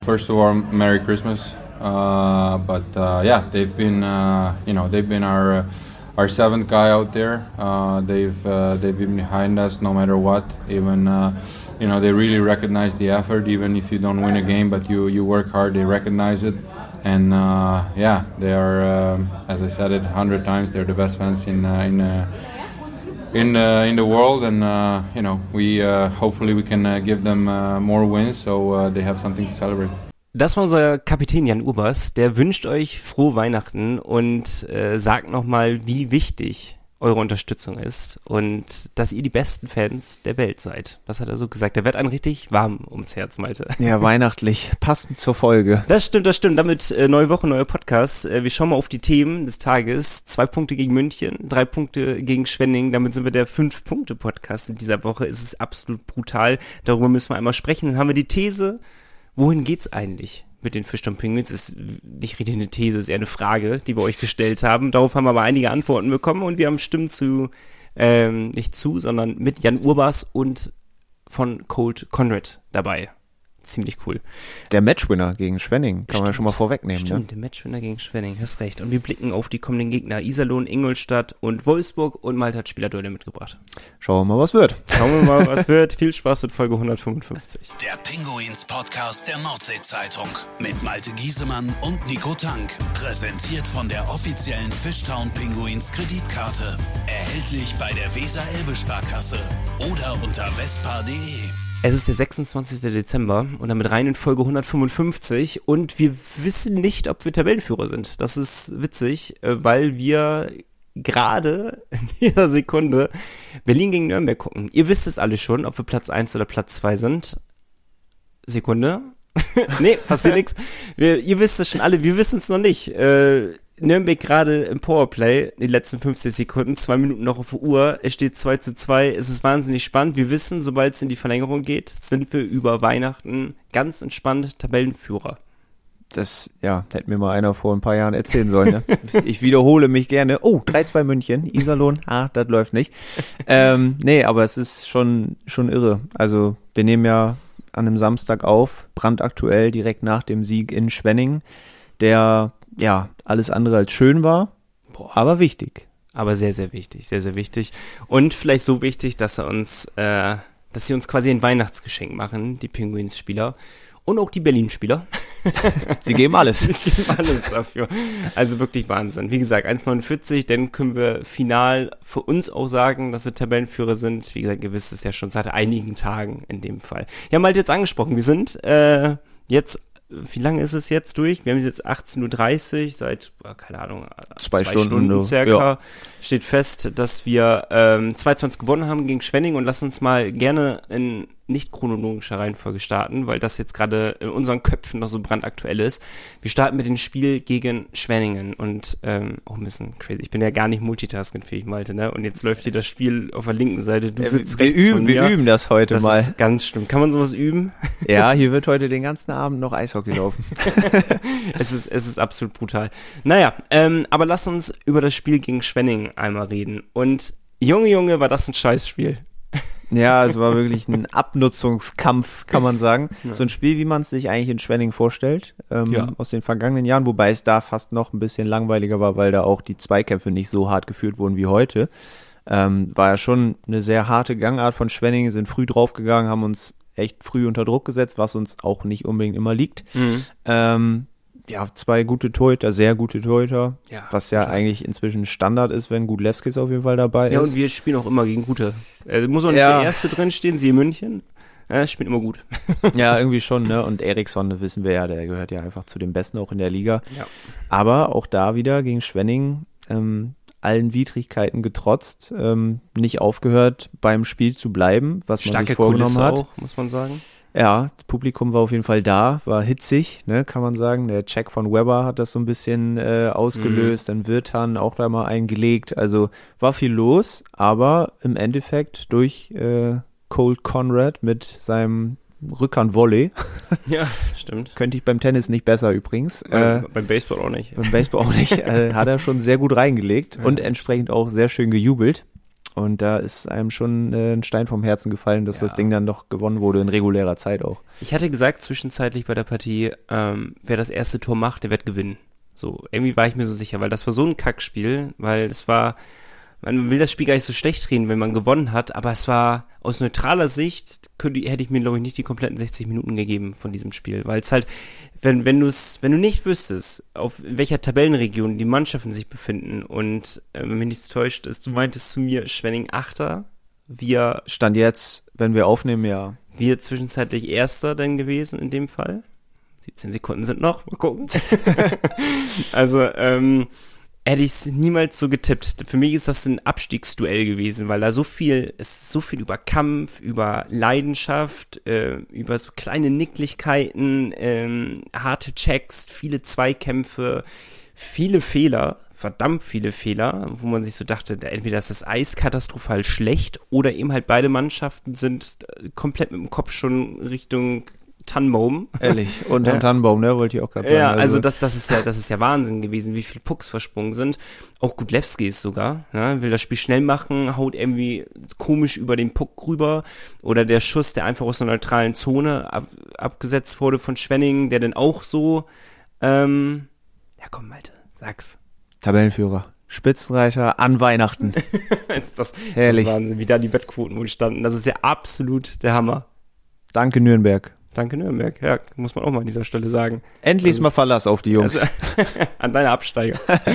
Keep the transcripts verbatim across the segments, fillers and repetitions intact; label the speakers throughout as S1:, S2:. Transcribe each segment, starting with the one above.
S1: First of all, Merry Christmas. Uh, but uh, yeah, they've been, uh, you know, they've been our uh, our seventh guy out there. Uh, they've uh, they've been behind us no matter what. Even uh, you know, they really recognize the effort. Even if you don't win a game, but you you work hard, they recognize it. And uh, yeah, they are, um, as I said it a hundred times, they're the best fans in uh, in. Uh, in uh, in the world, and uh, you know, we uh, hopefully we can uh, give them uh, more wins, so uh, they have something to celebrate.
S2: Das war unser Kapitän Jan Urbas, der wünscht euch frohe Weihnachten und äh, sagt nochmal, wie wichtig eure Unterstützung ist und dass ihr die besten Fans der Welt seid. Das hat er so gesagt. Der wird einen richtig warm ums Herz, Malte.
S3: Ja, weihnachtlich, passend zur Folge.
S2: Das stimmt, das stimmt. Damit äh, neue Woche, neuer Podcast. Äh, wir schauen mal auf die Themen des Tages. Zwei Punkte gegen München, drei Punkte gegen Schwenningen. Damit sind wir der Fünf-Punkte-Podcast in dieser Woche. Es ist absolut brutal. Darüber müssen wir einmal sprechen. Dann haben wir die These, wohin geht's eigentlich mit den Fischtown Penguins? Ist nicht richtig eine These, ist eher eine Frage, die wir euch gestellt haben. Darauf haben wir aber einige Antworten bekommen und wir haben Stimmen zu, ähm, nicht zu, sondern mit Jan Urbas und von Colt Conrad dabei. Ziemlich cool.
S3: Der Matchwinner gegen Schwenningen, kann
S2: Stimmt.
S3: man ja schon mal vorwegnehmen.
S2: Stimmt,
S3: ne?
S2: der Matchwinner gegen Schwenningen, hast recht. Und wir blicken auf die kommenden Gegner Iserlohn, Ingolstadt und Wolfsburg und Malte hat Spielerduelle mitgebracht.
S3: Schauen wir mal, was wird.
S2: Schauen wir mal, was wird. Viel Spaß mit Folge hundertfünfundfünfzig.
S4: Der Pinguins-Podcast der Nordsee-Zeitung mit Malte Giesemann und Nico Tank. Präsentiert von der offiziellen Fishtown Pinguins Kreditkarte. Erhältlich bei der Weser-Elbe-Sparkasse oder unter vespa punkt de.
S2: Es ist der sechsundzwanzigster Dezember und damit rein in Folge hundertfünfundfünfzig und wir wissen nicht, ob wir Tabellenführer sind. Das ist witzig, weil wir gerade in dieser Sekunde Berlin gegen Nürnberg gucken. Ihr wisst es alle schon, ob wir Platz eins oder Platz zwei sind. Sekunde. Nee, passiert nichts. Ihr wisst es schon alle, wir wissen es noch nicht. Äh, Nürnberg gerade im Powerplay, die letzten fünfzig Sekunden, zwei Minuten noch auf der Uhr, es steht zwei zu zwei, es ist wahnsinnig spannend. Wir wissen, sobald es in die Verlängerung geht, sind wir über Weihnachten ganz entspannt Tabellenführer.
S3: Das, ja, hätte mir mal einer vor ein paar Jahren erzählen sollen. Ne? Ich wiederhole mich gerne. Oh, drei zwei München, Iserlohn, ah, das läuft nicht. Ähm, nee, aber es ist schon, schon irre. Also wir nehmen ja an einem Samstag auf, brandaktuell, direkt nach dem Sieg in Schwenningen, der ja alles andere als schön war, Boah. aber wichtig.
S2: Aber sehr, sehr wichtig, sehr, sehr wichtig. Und vielleicht so wichtig, dass er uns, äh, dass sie uns quasi ein Weihnachtsgeschenk machen, die Penguins-Spieler. Und auch die Berlin-Spieler.
S3: Sie geben alles.
S2: Sie geben alles dafür. Also wirklich Wahnsinn. Wie gesagt, eins neunundvierzig, dann können wir final für uns auch sagen, dass wir Tabellenführer sind. Wie gesagt, ihr wisst es ja schon seit einigen Tagen in dem Fall. Wir haben halt jetzt angesprochen, wir sind äh, jetzt, wie lange ist es jetzt durch? Wir haben jetzt achtzehn Uhr dreißig, seit, keine Ahnung,
S3: zwei,
S2: zwei
S3: Stunden,
S2: Stunden circa.
S3: Ja.
S2: Steht fest, dass wir ähm, zwei zwanzig gewonnen haben gegen Schwenningen und lass uns mal gerne in nicht chronologischer Reihenfolge starten, weil das jetzt gerade in unseren Köpfen noch so brandaktuell ist. Wir starten mit dem Spiel gegen Schwenningen und ähm, auch ein bisschen crazy. Ich bin ja gar nicht multitaskingfähig, Malte, ne? Und jetzt läuft hier das Spiel auf der linken Seite. Du sitzt
S3: wir
S2: rechts
S3: üben,
S2: von
S3: wir
S2: mir.
S3: üben das heute
S2: das
S3: mal.
S2: Das ist ganz stimmt. Kann man sowas üben?
S3: Ja, hier wird heute den ganzen Abend noch Eishockey laufen.
S2: es ist es ist absolut brutal. Naja, ähm, aber lass uns über das Spiel gegen Schwenningen einmal reden. Und Junge, Junge, war das ein Scheißspiel.
S3: Ja, es war wirklich ein Abnutzungskampf, kann man sagen. Ja. So ein Spiel, wie man es sich eigentlich in Schwenningen vorstellt, ähm, ja. aus den vergangenen Jahren, wobei es da fast noch ein bisschen langweiliger war, weil da auch die Zweikämpfe nicht so hart geführt wurden wie heute. Ähm, war ja schon eine sehr harte Gangart von Schwenningen, sind früh draufgegangen, haben uns echt früh unter Druck gesetzt, was uns auch nicht unbedingt immer liegt. Mhm. Ähm, ja, zwei gute Torhüter, sehr gute Torhüter, ja, was ja total. Eigentlich inzwischen Standard ist, wenn Gudlewskis auf jeden Fall dabei ist.
S2: Ja, und wir spielen auch immer gegen gute. Äh, muss auch nicht ja. der Erste drin stehen, sie in München. Ja, spielt immer gut.
S3: Ja, irgendwie schon, ne? Und Eriksson, wissen wir ja, der gehört ja einfach zu den Besten auch in der Liga.
S2: Ja.
S3: Aber auch da wieder gegen Schwenningen, ähm, allen Widrigkeiten getrotzt, ähm, nicht aufgehört, beim Spiel zu bleiben, was man
S2: Starke
S3: sich vorgenommen
S2: Kulisse
S3: hat.
S2: Auch, muss man sagen.
S3: Ja, das Publikum war auf jeden Fall da, war hitzig, ne, kann man sagen. Der Check von Weber hat das so ein bisschen äh, ausgelöst, mhm. dann Wirtan auch da mal eingelegt. Also war viel los, aber im Endeffekt durch äh, Colt Conrad mit seinem Rückhand-Volley.
S2: Ja, stimmt.
S3: Könnte ich beim Tennis nicht besser übrigens.
S2: Äh,
S3: äh,
S2: beim Baseball auch nicht.
S3: Beim Baseball auch nicht. Äh, hat er schon sehr gut reingelegt ja. und entsprechend auch sehr schön gejubelt. Und da ist einem schon äh, ein Stein vom Herzen gefallen, dass ja. das Ding dann doch gewonnen wurde in regulärer Zeit auch.
S2: Ich hatte gesagt zwischenzeitlich bei der Partie, ähm, wer das erste Tor macht, der wird gewinnen. So, irgendwie war ich mir so sicher, weil das war so ein Kackspiel, weil es war, man will das Spiel gar nicht so schlecht reden, wenn man gewonnen hat, aber es war aus neutraler Sicht, könnte, hätte ich mir, glaube ich, nicht die kompletten sechzig Minuten gegeben von diesem Spiel, weil es halt, wenn, wenn du es, wenn du nicht wüsstest, auf in welcher Tabellenregion die Mannschaften sich befinden und, äh, wenn mich nichts täuscht, ist, du meintest zu mir, Schwenning Achter, wir...
S3: Stand jetzt, wenn wir aufnehmen, ja.
S2: Wir zwischenzeitlich Erster dann gewesen in dem Fall. siebzehn Sekunden sind noch, mal gucken. Also, ähm, hätte ich es niemals so getippt. Für mich ist das ein Abstiegsduell gewesen, weil da so viel, es ist so viel über Kampf, über Leidenschaft, äh, über so kleine Nicklichkeiten, ähm, harte Checks, viele Zweikämpfe, viele Fehler, verdammt viele Fehler, wo man sich so dachte, entweder ist das Eis katastrophal schlecht oder eben halt beide Mannschaften sind komplett mit dem Kopf schon Richtung Tannenbaum.
S3: Ehrlich, unterm ja. Tannenbaum, ne, wollte ich auch gerade sagen.
S2: Ja, also, also das, das ist ja, das ist ja Wahnsinn gewesen, wie viele Pucks versprungen sind. Auch Gudlewski ist sogar, ne, will das Spiel schnell machen, haut irgendwie komisch über den Puck rüber. Oder der Schuss, der einfach aus einer neutralen Zone ab, abgesetzt wurde von Schwenning, der dann auch so, ähm, ja komm, Malte, sag's.
S3: Tabellenführer. Spitzenreiter an Weihnachten.
S2: ist das, Herrlich. Das ist Wahnsinn, wie da die Wettquoten wohl standen. Das ist ja absolut der Hammer.
S3: Danke Nürnberg.
S2: Danke Nürnberg, ja, muss man auch mal an dieser Stelle sagen.
S3: Endlich also, mal Verlass auf die Jungs.
S2: Also, an deine Absteiger.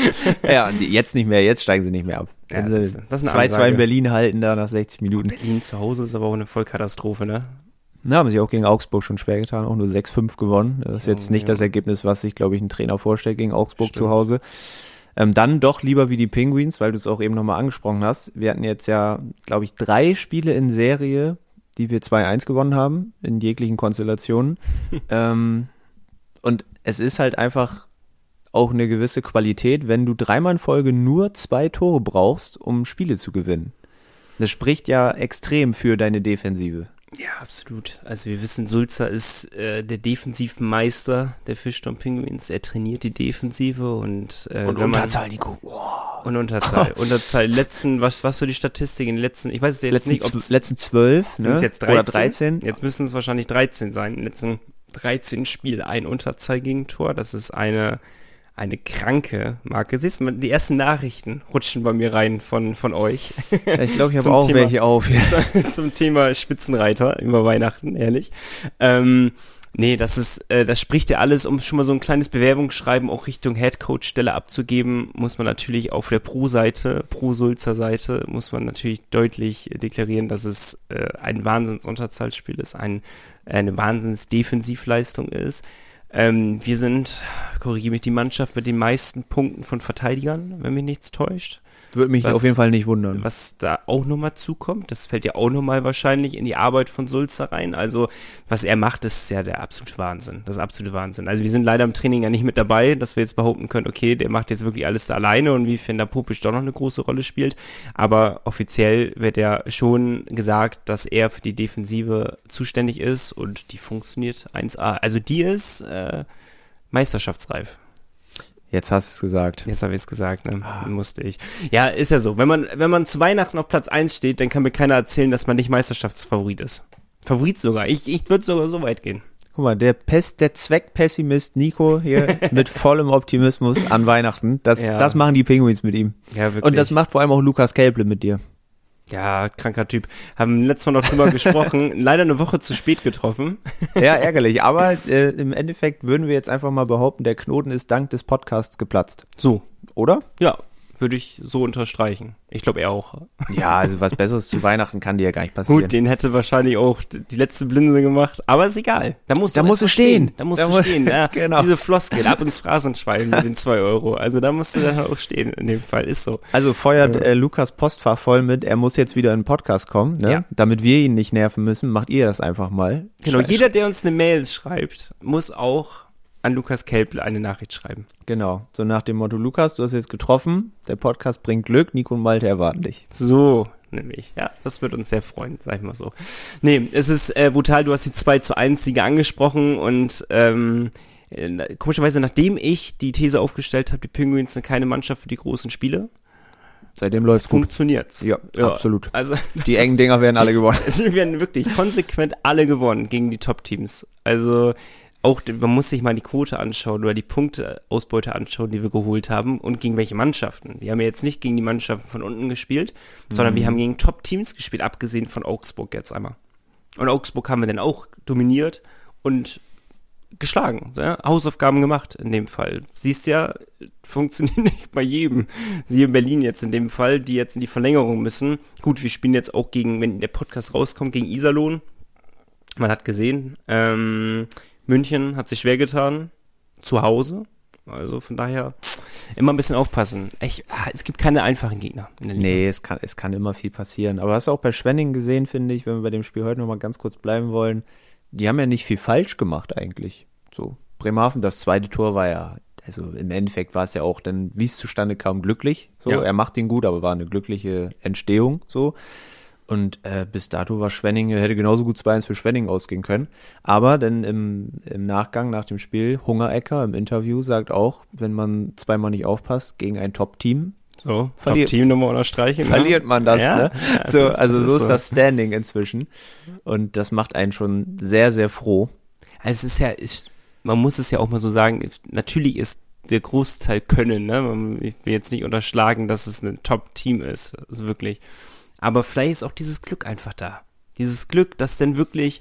S3: Ja, jetzt nicht mehr, jetzt steigen sie nicht mehr ab.
S2: Ja,
S3: Wenn
S2: das
S3: sie
S2: ist,
S3: zwei zwei in Berlin halten da nach sechzig Minuten.
S2: Berlin zu Hause ist aber auch eine Vollkatastrophe, ne?
S3: Na, haben sie auch gegen Augsburg schon schwer getan, auch nur sechs fünf gewonnen. Das ist jetzt nicht ja. das Ergebnis, was sich, glaube ich, ein Trainer vorstellt gegen Augsburg Stimmt. zu Hause. Ähm, dann doch lieber wie die Penguins, weil du es auch eben nochmal angesprochen hast. Wir hatten jetzt ja, glaube ich, drei Spiele in Serie, die wir zwei eins gewonnen haben, in jeglichen Konstellationen. ähm, und es ist halt einfach auch eine gewisse Qualität, wenn du dreimal in Folge nur zwei Tore brauchst, um Spiele zu gewinnen. Das spricht ja extrem für deine Defensive.
S2: Ja, absolut. Also wir wissen, Sulzer ist äh, der Defensivmeister der Fischtown Penguins. Er trainiert die Defensive und äh,
S3: und Unterzahl, Nico. Wow.
S2: Und Unterzahl. Unterzahl. Letzten, was was für die Statistik in den letzten, ich weiß jetzt
S3: letzten
S2: nicht, ob es
S3: letzten zwölf, ne?
S2: Jetzt dreizehn?
S3: Oder dreizehn.
S2: Jetzt müssen es wahrscheinlich dreizehn sein. In den letzten dreizehn Spiel ein Unterzahl-Gegentor. Das ist eine eine kranke Marke. Siehst du, die ersten Nachrichten rutschen bei mir rein von, von euch.
S3: Ja, ich glaube, ich habe auch Thema, welche auf. Ja.
S2: Zum Thema Spitzenreiter über Weihnachten, ehrlich. Ähm, nee, das ist, äh, das spricht ja alles, um schon mal so ein kleines Bewerbungsschreiben auch Richtung Headcoach-Stelle abzugeben, muss man natürlich auf der Pro-Seite, Pro-Sulzer-Seite, muss man natürlich deutlich deklarieren, dass es äh, ein Wahnsinns-Unterzahlspiel ist, ein, eine Wahnsinns-Defensivleistung ist. Ähm, wir sind, korrigiere mich, die Mannschaft mit den meisten Punkten von Verteidigern, wenn mich nichts täuscht.
S3: Würde mich was, auf jeden Fall nicht wundern.
S2: Was da auch nochmal zukommt, das fällt ja auch nochmal wahrscheinlich in die Arbeit von Sulzer rein. Also was er macht, ist ja der absolute Wahnsinn. Das ist absolute Wahnsinn. Also wir sind leider im Training ja nicht mit dabei, dass wir jetzt behaupten können, okay, der macht jetzt wirklich alles da alleine und wie Fender Popisch doch noch eine große Rolle spielt. Aber offiziell wird ja schon gesagt, dass er für die Defensive zuständig ist und die funktioniert eins A. Also die ist äh, meisterschaftsreif.
S3: Jetzt hast du es gesagt.
S2: Jetzt habe ich es gesagt, ne? Ah. Musste ich. Ja, ist ja so. Wenn man, wenn man zu Weihnachten auf Platz eins steht, dann kann mir keiner erzählen, dass man nicht Meisterschaftsfavorit ist. Favorit sogar. Ich, ich würde sogar so weit gehen.
S3: Guck mal, der Pest, der Zweckpessimist Nico hier mit vollem Optimismus an Weihnachten. Das, ja. das machen die Penguins mit ihm. Ja, wirklich. Und das macht vor allem auch Lukas Kelple mit dir.
S2: Ja, kranker Typ. Haben letztes Mal noch drüber gesprochen. Leider eine Woche zu spät getroffen.
S3: Ja, ärgerlich. Aber äh, im Endeffekt würden wir jetzt einfach mal behaupten, der Knoten ist dank des Podcasts geplatzt.
S2: So.
S3: Oder?
S2: Ja, würde ich so unterstreichen. Ich glaube, er auch.
S3: Ja, also was Besseres zu Weihnachten kann dir ja gar nicht passieren.
S2: Gut, den hätte wahrscheinlich auch die letzte Blinse gemacht. Aber ist egal. Da musst
S3: da
S2: du
S3: musst du stehen.
S2: stehen. Da musst
S3: da
S2: du
S3: muss,
S2: stehen. Ja,
S3: genau.
S2: Diese Floskel, ab ins Phrasenschwein mit den zwei Euro. Also da musst du dann auch stehen in dem Fall. Ist so.
S3: Also feuert äh, Lukas Postfach voll mit, er muss jetzt wieder in den Podcast kommen, ne?
S2: Ja.
S3: Damit wir ihn nicht nerven müssen. Macht ihr das einfach mal.
S2: Genau, Schrei- jeder, der uns eine Mail schreibt, muss auch an Lukas Kelple eine Nachricht schreiben.
S3: Genau, so nach dem Motto, Lukas, du hast jetzt getroffen, der Podcast bringt Glück, Nico und Malte erwarten dich.
S2: So, nämlich, ja, das wird uns sehr freuen, sag ich mal so. Nee, es ist äh, brutal, du hast die zwei zu eins Siege angesprochen und ähm, äh, komischerweise, nachdem ich die These aufgestellt habe, die Penguins sind keine Mannschaft für die großen Spiele,
S3: Seitdem läuft's gut.
S2: Funktioniert's.
S3: Ja, ja, absolut.
S2: Also
S3: die engen Dinger werden alle gewonnen.
S2: Die werden wirklich konsequent alle gewonnen gegen die Top-Teams. Also auch, man muss sich mal die Quote anschauen oder die Punkteausbeute anschauen, die wir geholt haben und gegen welche Mannschaften. Wir haben ja jetzt nicht gegen die Mannschaften von unten gespielt, sondern mhm. wir haben gegen Top-Teams gespielt, abgesehen von Augsburg jetzt einmal. Und Augsburg haben wir dann auch dominiert und geschlagen, ja? Hausaufgaben gemacht in dem Fall. Siehst ja, funktioniert nicht bei jedem. Sie in Berlin jetzt in dem Fall, die jetzt in die Verlängerung müssen. Gut, wir spielen jetzt auch gegen, wenn der Podcast rauskommt, gegen Iserlohn. Man hat gesehen, ähm, München hat sich schwer getan, zu Hause. Also von daher immer ein bisschen aufpassen. Ich, ah, es gibt keine einfachen Gegner in der Liga.
S3: Nee, es kann, es kann immer viel passieren. Aber hast du auch bei Schwenning gesehen, finde ich, wenn wir bei dem Spiel heute nochmal ganz kurz bleiben wollen, die haben ja nicht viel falsch gemacht eigentlich. So, Bremerhaven, das zweite Tor war ja, also im Endeffekt war es ja auch dann, wie es zustande kam, glücklich. So, ja. Er macht ihn gut, aber war eine glückliche Entstehung, so. Und äh, bis dato war Schwenning, hätte genauso gut zwei eins für Schwenning ausgehen können. Aber dann im, im Nachgang, nach dem Spiel, Hungerecker im Interview sagt auch, wenn man zweimal nicht aufpasst gegen ein Top-Team,
S2: so, Top-Team nochmal unterstreichen.
S3: Verliert man das,
S2: ja,
S3: ne?
S2: Ja,
S3: so,
S2: ist,
S3: also
S2: ist
S3: so ist
S2: so.
S3: das Standing inzwischen. Und das macht einen schon sehr, sehr froh.
S2: Also es ist ja, ist, man muss es ja auch mal so sagen, natürlich ist der Großteil Können, ne? Ich will jetzt nicht unterschlagen, dass es ein Top-Team ist, also wirklich. Aber vielleicht ist auch dieses Glück einfach da. Dieses Glück, dass dann wirklich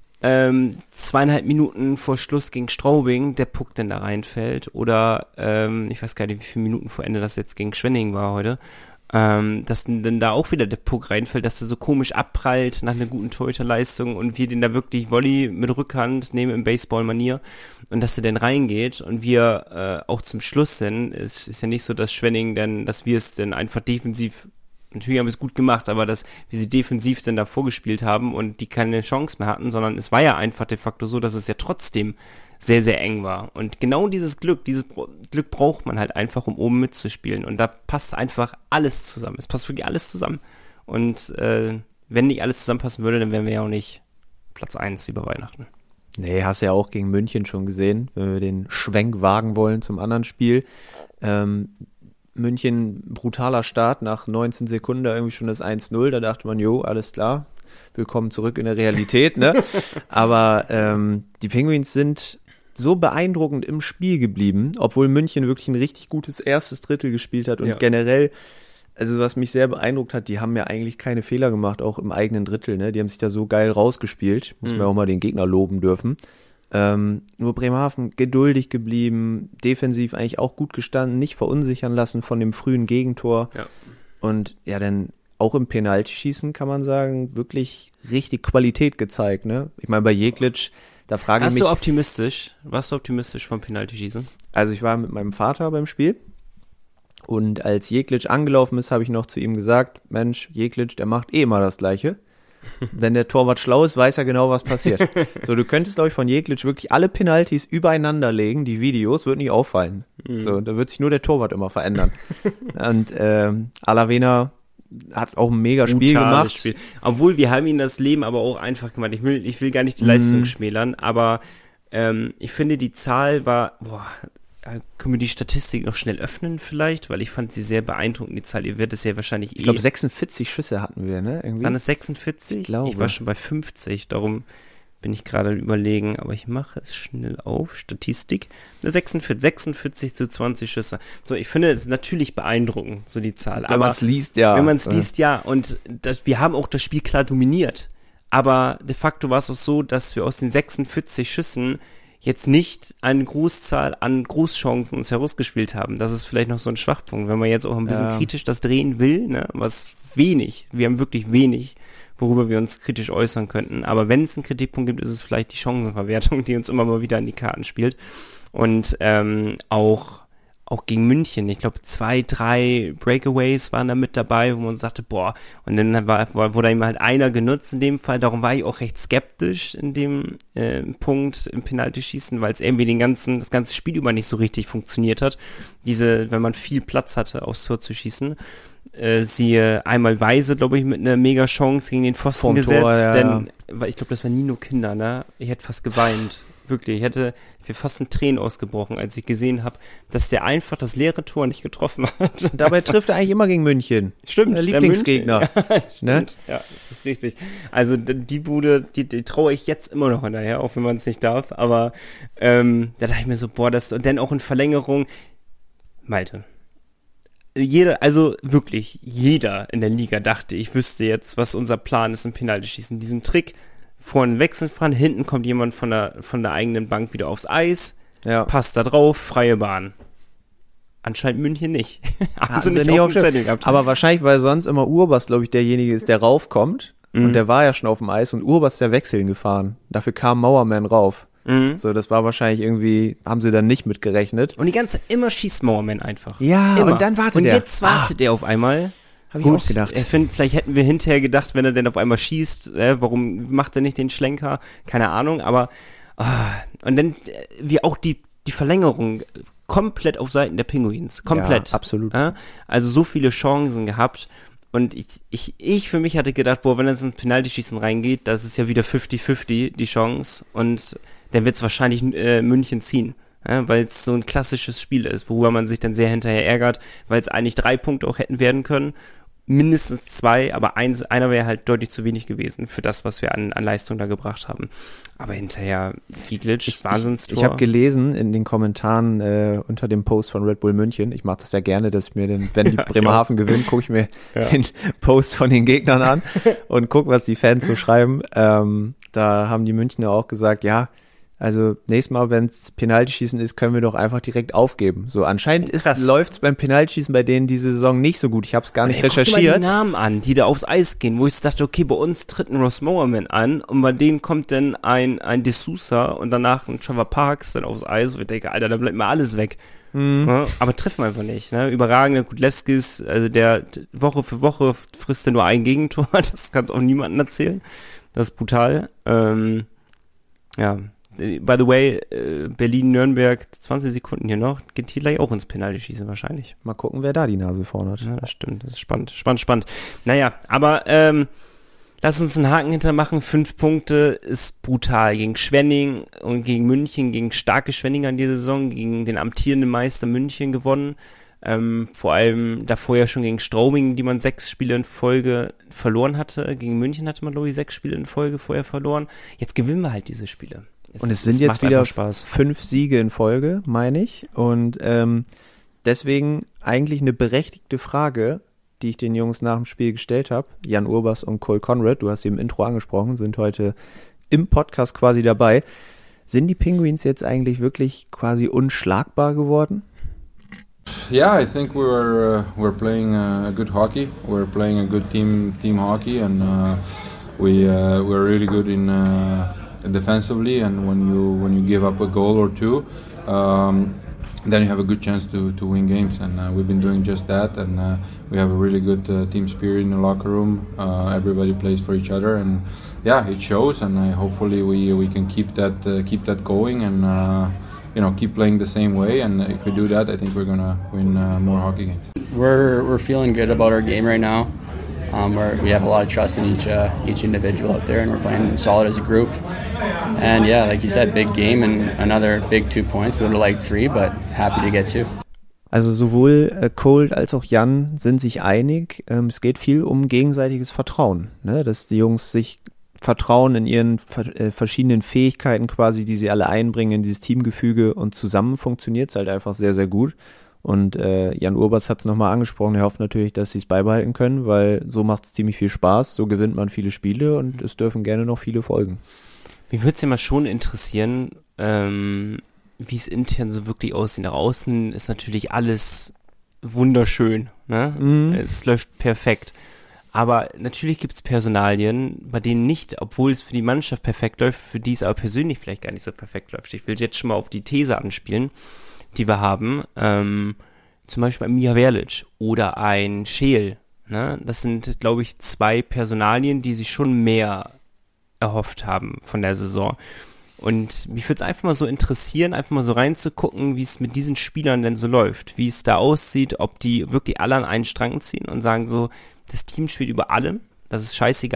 S2: ähm, zweieinhalb Minuten vor Schluss gegen Straubing der Puck dann da reinfällt. Oder ähm, ich weiß gar nicht, wie viele Minuten vor Ende das jetzt gegen Schwenning war heute. Ähm, dass dann, dann da auch wieder der Puck reinfällt, dass der so komisch abprallt nach einer guten Torhüterleistung und wir den da wirklich Volley mit Rückhand nehmen im Baseball-Manier und dass der dann reingeht und wir äh, auch zum Schluss sind. Es ist ja nicht so, dass Schwenning dann, dass wir es dann einfach defensiv, natürlich haben wir es gut gemacht, aber dass wir sie defensiv dann da vorgespielt haben und die keine Chance mehr hatten, sondern es war ja einfach de facto so, dass es ja trotzdem sehr, sehr eng war. Und genau dieses Glück, dieses Glück braucht man halt einfach, um oben mitzuspielen. Und da passt einfach alles zusammen. Es passt wirklich alles zusammen. Und äh, wenn nicht alles zusammenpassen würde, dann wären wir ja auch nicht Platz eins über Weihnachten.
S3: Nee, hast du ja auch gegen München schon gesehen, wenn wir den Schwenk wagen wollen zum anderen Spiel. Ähm, München, brutaler Start, nach neunzehn Sekunden da irgendwie schon das eins null. Da dachte man, jo, alles klar, willkommen zurück in der Realität, ne? Aber ähm, die Penguins sind so beeindruckend im Spiel geblieben, obwohl München wirklich ein richtig gutes erstes Drittel gespielt hat und ja. generell, also was mich sehr beeindruckt hat, die haben ja eigentlich keine Fehler gemacht, auch im eigenen Drittel, ne? Die haben sich da so geil rausgespielt, muss mhm. man auch mal den Gegner loben dürfen. Ähm, nur Bremerhaven geduldig geblieben, defensiv eigentlich auch gut gestanden, nicht verunsichern lassen von dem frühen Gegentor.
S2: Ja.
S3: Und ja, dann auch im Penaltyschießen kann man sagen, wirklich richtig Qualität gezeigt, ne? Ich meine, bei Jeglic, da frage ich mich...
S2: Warst du optimistisch? Warst du optimistisch vom Penaltyschießen?
S3: Also ich war mit meinem Vater beim Spiel und als Jeglic angelaufen ist, habe ich noch zu ihm gesagt, Mensch, Jeglic, der macht eh immer das Gleiche. Wenn der Torwart schlau ist, weiß er genau, was passiert. So, du könntest, glaube ich, von Jeglic wirklich alle Penalties übereinander legen, die Videos, wird nicht auffallen. Mhm. So, da wird sich nur der Torwart immer verändern. Und ähm, Alavena hat auch ein mega Spiel
S2: Brutales
S3: gemacht.
S2: Spiel. Obwohl, wir haben ihm das Leben aber auch einfach gemacht. Ich will, ich will gar nicht die Leistung mhm. schmälern, aber ähm, ich finde, die Zahl war, boah, können wir die Statistik noch schnell öffnen vielleicht? Weil ich fand sie sehr beeindruckend, die Zahl. Ihr werdet es ja wahrscheinlich eh...
S3: Ich glaube, sechsundvierzig Schüsse hatten wir, ne? Irgendwie.
S2: Waren es sechsundvierzig?
S3: Ich glaube.
S2: Ich war schon bei fünfzig, darum bin ich gerade überlegen, aber ich mache es schnell auf. Statistik. sechsundvierzig, sechsundvierzig zu zwanzig Schüsse. So, ich finde es ist natürlich beeindruckend, so die Zahl.
S3: Wenn man es liest, ja.
S2: Wenn man es liest, ja. Und das, wir haben auch das Spiel klar dominiert. Aber de facto war es auch so, dass wir aus den sechsundvierzig Schüssen jetzt nicht eine Großzahl an Großchancen uns herausgespielt haben. Das ist vielleicht noch so ein Schwachpunkt, wenn man jetzt auch ein bisschen
S3: ja.
S2: kritisch das drehen will, ne, was wenig, wir haben wirklich wenig, worüber wir uns kritisch äußern könnten. Aber wenn es einen Kritikpunkt gibt, ist es vielleicht die Chancenverwertung, die uns immer mal wieder in die Karten spielt. Und ähm, auch auch gegen München, ich glaube zwei, drei Breakaways waren da mit dabei, wo man sagte, boah, und dann war, wurde ihm halt einer genutzt in dem Fall, darum war ich auch recht skeptisch in dem äh, Punkt im Penaltyschießen, weil es irgendwie den ganzen, das ganze Spiel über nicht so richtig funktioniert hat, diese, wenn man viel Platz hatte, aufs Tor zu schießen. Äh, siehe einmal Weise, glaube ich, mit einer mega Chance gegen den Pfosten
S3: Vom
S2: gesetzt,
S3: Tor, ja.
S2: denn, weil ich glaube, das war Nino Kinder, ne? Ich hätte fast geweint. wirklich, ich hätte mir fast ein Tränen ausgebrochen, als ich gesehen habe, dass der einfach das leere Tor nicht getroffen hat.
S3: Dabei trifft er eigentlich immer gegen München.
S2: Stimmt.
S3: Der Lieblingsgegner.
S2: Ja, stimmt.
S3: Ne?
S2: Ja, das ist richtig. Also die Bude, die, die traue ich jetzt immer noch hinterher, auch wenn man es nicht darf. Aber ähm, da dachte ich mir so, boah, das und dann auch in Verlängerung, Malte. Jeder, also wirklich jeder in der Liga dachte, ich wüsste jetzt, was unser Plan ist im Penaltyschießen. Diesen Trick, vorne wechseln fahren, hinten kommt jemand von der, von der eigenen Bank wieder aufs Eis,
S3: ja.
S2: passt da drauf, freie Bahn. Anscheinend München nicht.
S3: Haben sie nicht auf dem Zettel gehabt. Aber wahrscheinlich, weil sonst immer Urbas, glaube ich, derjenige ist, der raufkommt. Mhm. Und der war ja schon auf dem Eis und Urbas der Wechseln gefahren. Dafür kam Mauerman rauf. Mhm. So, das war wahrscheinlich irgendwie, haben sie dann nicht mitgerechnet.
S2: Und die ganze Zeit immer schießt Mauerman einfach.
S3: Ja,
S2: immer.
S3: Und dann wartet
S2: und
S3: er.
S2: Und jetzt wartet ah. er auf einmal.
S3: Hab ich Gut, auch gedacht.
S2: Ich finde, vielleicht hätten wir hinterher gedacht, wenn er denn auf einmal schießt, äh, warum macht er nicht den Schlenker? Keine Ahnung, aber oh. Und dann, äh, wie auch die, die Verlängerung komplett auf Seiten der Pinguins. Komplett.
S3: Ja, absolut.
S2: Äh? Also so viele Chancen gehabt. Und ich, ich, ich für mich hatte gedacht, boah, wenn es ins Penaltyschießen reingeht, das ist ja wieder fünfzig fünfzig die Chance. Und dann wird es wahrscheinlich äh, München ziehen. Ja, weil es so ein klassisches Spiel ist, worüber man sich dann sehr hinterher ärgert, weil es eigentlich drei Punkte auch hätten werden können. Mindestens zwei, aber eins, einer wäre halt deutlich zu wenig gewesen für das, was wir an, an Leistung da gebracht haben. Aber hinterher, Giglic, Wahnsinnstor.
S3: Ich, ich habe gelesen in den Kommentaren äh, unter dem Post von Red Bull München, ich mache das ja gerne, dass ich mir den, wenn die ja, Bremerhaven gewinnt, gucke ich mir ja. den Post von den Gegnern an und gucke, was die Fans so schreiben. Ähm, da haben die Münchner auch gesagt, ja, also nächstes Mal, wenn es Penaltyschießen ist, können wir doch einfach direkt aufgeben. So anscheinend läuft es beim Penaltyschießen bei denen diese Saison nicht so gut. Ich habe es gar nicht Ey, recherchiert. Guck mal
S2: die Namen an, die da aufs Eis gehen, wo ich dachte, okay, bei uns tritt ein Ross Mowerman an und bei denen kommt dann ein, ein De Sousa und danach ein Trevor Parks dann aufs Eis. Und ich denke, Alter, da bleibt mal alles weg. Mhm. Ja, aber treffen wir einfach nicht. Ne? Überragende Kudlewskis, also der Woche für Woche frisst er nur ein Gegentor. Das kann es auch niemandem erzählen. Das ist brutal. Ähm, ja, by the way, äh, Berlin-Nürnberg, zwanzig Sekunden hier noch, geht hier gleich auch ins Penaltyschießen wahrscheinlich.
S3: Mal gucken, wer da die Nase vorne hat.
S2: Ja, das stimmt, das ist spannend, spannend, spannend. Naja, aber ähm, lass uns einen Haken hintermachen. Fünf Punkte ist brutal. Gegen Schwenning und gegen München, gegen starke Schwenninger in dieser Saison, gegen den amtierenden Meister München gewonnen. Ähm, vor allem davor ja schon gegen Straubing, die man sechs Spiele in Folge verloren hatte. Gegen München hatte man, glaube ich, sechs Spiele in Folge vorher verloren. Jetzt gewinnen wir halt diese Spiele. Es,
S3: und es sind es jetzt wieder fünf Siege in Folge, meine ich. Und ähm, deswegen eigentlich eine berechtigte Frage, die ich den Jungs nach dem Spiel gestellt habe. Jan Urbas und Cole Conrad, du hast sie im Intro angesprochen, sind heute im Podcast quasi dabei. Sind die Penguins jetzt eigentlich wirklich quasi unschlagbar geworden?
S1: Yeah, I think we were uh, we're playing uh, good hockey. We're playing a good team team hockey, and uh, we uh, we're really good in uh, defensively. And when you when you give up a goal or two, um, then you have a good chance to to win games. And uh, we've been doing just that. And uh, we have a really good uh, team spirit in the locker room. Uh, everybody plays for each other, and yeah, it shows. And uh, hopefully we we can keep that uh, keep that going and. Uh, you know, keep playing the same way, and if we do that, I think we're gonna win uh, more hockey games.
S5: We're we're feeling good about our game right now. Um, we're, we have a lot of trust in each uh, each individual out there, and we're playing solid as a group. And yeah, like you said, big game and another big two points. We would have liked three, but happy to get two.
S3: Also sowohl äh, Cole als auch Jan sind sich einig. Ähm, es geht viel um gegenseitiges Vertrauen, ne? Dass die Jungs sich Vertrauen in ihren äh, verschiedenen Fähigkeiten quasi, die sie alle einbringen in dieses Teamgefüge, und zusammen funktioniert es halt einfach sehr, sehr gut. Und äh, Jan Urbas hat es nochmal angesprochen, er hofft natürlich, dass sie es beibehalten können, weil so macht es ziemlich viel Spaß, so gewinnt man viele Spiele und es dürfen gerne noch viele folgen.
S2: Mich würde es ja mal schon interessieren, ähm, wie es intern so wirklich aussieht. Nach außen ist natürlich alles wunderschön, ne? Mhm. Es läuft perfekt. Aber natürlich gibt es Personalien, bei denen nicht, obwohl es für die Mannschaft perfekt läuft, für die es aber persönlich vielleicht gar nicht so perfekt läuft. Ich will jetzt schon mal auf die These anspielen, die wir haben. Ähm, zum Beispiel ein Miha Verlic oder ein Scheel. Ne? Das sind, glaube ich, zwei Personalien, die sich schon mehr erhofft haben von der Saison. Und mich würde es einfach mal so interessieren, einfach mal so reinzugucken, wie es mit diesen Spielern denn so läuft. Wie es da aussieht, ob die wirklich alle an einen Strang ziehen und sagen so, das Team spielt über allem, das ist scheißegal,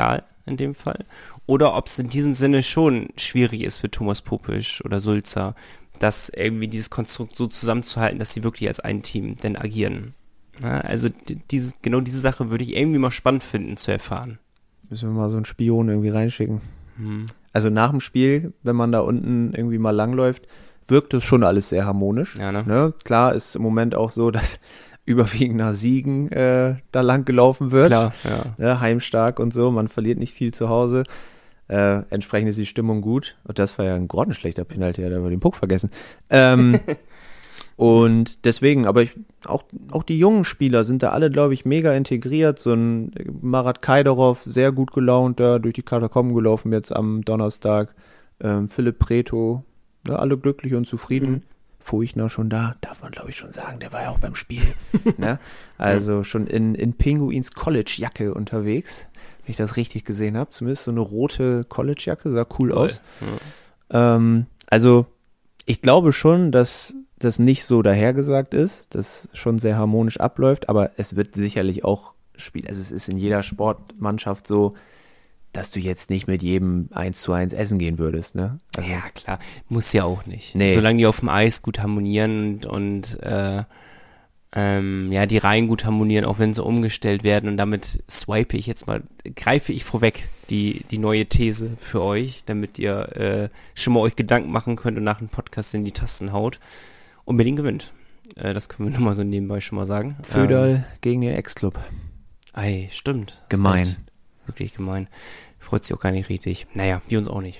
S2: in dem Fall, oder ob es in diesem Sinne schon schwierig ist für Thomas Popisch oder Sulzer, das irgendwie dieses Konstrukt so zusammenzuhalten, dass sie wirklich als ein Team denn agieren. Ja, also die, diese, genau diese Sache würde ich irgendwie mal spannend finden zu erfahren.
S3: Müssen wir mal so einen Spion irgendwie reinschicken.
S2: Hm.
S3: Also nach dem Spiel, wenn man da unten irgendwie mal langläuft, wirkt es schon alles sehr harmonisch.
S2: Ja, ne?
S3: Ne? Klar ist im Moment auch so, dass überwiegend nach Siegen äh, da lang gelaufen wird.
S2: Klar, ja.
S3: Ne? Heimstark und so, man verliert nicht viel zu Hause. Äh, entsprechend ist die Stimmung gut. Und das war ja ein grottenschlechter Penalty, da haben wir den Puck vergessen. Ähm, und deswegen, aber ich, auch, auch die jungen Spieler sind da alle, glaube ich, mega integriert. So ein Marat Kaidarov, sehr gut gelaunt, da durch die Katakomben gelaufen jetzt am Donnerstag. Ähm, Philipp Preto, ne, alle glücklich und zufrieden. Mhm. Furchner schon da, darf man, glaube ich, schon sagen, der war ja auch beim Spiel. Ne? Also schon in, in Pinguins College-Jacke unterwegs, wenn ich das richtig gesehen habe. Zumindest so eine rote College-Jacke, sah cool
S2: Toll.
S3: aus. Ja. Ähm, also ich glaube schon, dass das nicht so dahergesagt ist, dass schon sehr harmonisch abläuft, aber es wird sicherlich auch spielen. Also es ist in jeder Sportmannschaft so, dass du jetzt nicht mit jedem eins zu eins essen gehen würdest, ne? Also,
S2: ja, klar. Muss ja auch nicht.
S3: Nee.
S2: Solange die auf dem Eis gut harmonieren und, und äh, ähm, ja, die Reihen gut harmonieren, auch wenn sie umgestellt werden, und damit swipe ich jetzt mal, greife ich vorweg die, die neue These für euch, damit ihr äh, schon mal euch Gedanken machen könnt und nach dem Podcast in die Tasten haut und Berlin gewinnt. Äh, das können wir nochmal so nebenbei schon mal sagen.
S3: Föderl
S2: ähm,
S3: gegen den Ex-Club.
S2: Ei, stimmt.
S3: Gemein.
S2: Wirklich gemein. Freut sich auch gar nicht richtig. Naja, wir uns auch nicht.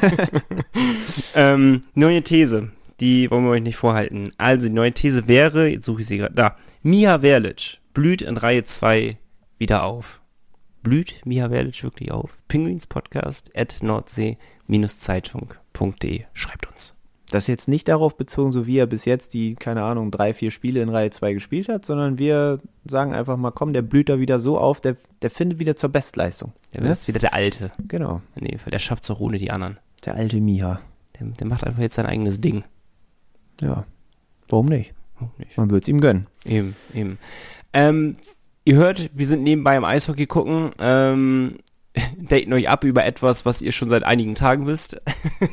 S2: ähm, neue These, die wollen wir euch nicht vorhalten. Also die neue These wäre, jetzt suche ich sie gerade, da, Miha Verlic blüht in Reihe zwei wieder auf. Blüht Miha Verlic wirklich auf? Pinguinspodcast at nordsee Zeitung punkt de. Schreibt uns.
S3: Das ist jetzt nicht darauf bezogen, so wie er bis jetzt die, keine Ahnung, drei, vier Spiele in Reihe zwei gespielt hat, sondern wir sagen einfach mal, komm, der blüht da wieder so auf, der, der findet wieder zur Bestleistung.
S2: Der
S3: ne?
S2: ist wieder der Alte.
S3: Genau.
S2: In dem Fall. Der schafft es auch ohne die anderen.
S3: Der alte Miha.
S2: Der, der macht einfach jetzt sein eigenes Ding.
S3: Ja. Warum nicht?
S2: Warum nicht?
S3: Man wird es ihm gönnen.
S2: Eben, eben. Ähm, ihr hört, wir sind nebenbei im Eishockey gucken. Ähm, daten euch ab über etwas, was ihr schon seit einigen Tagen wisst.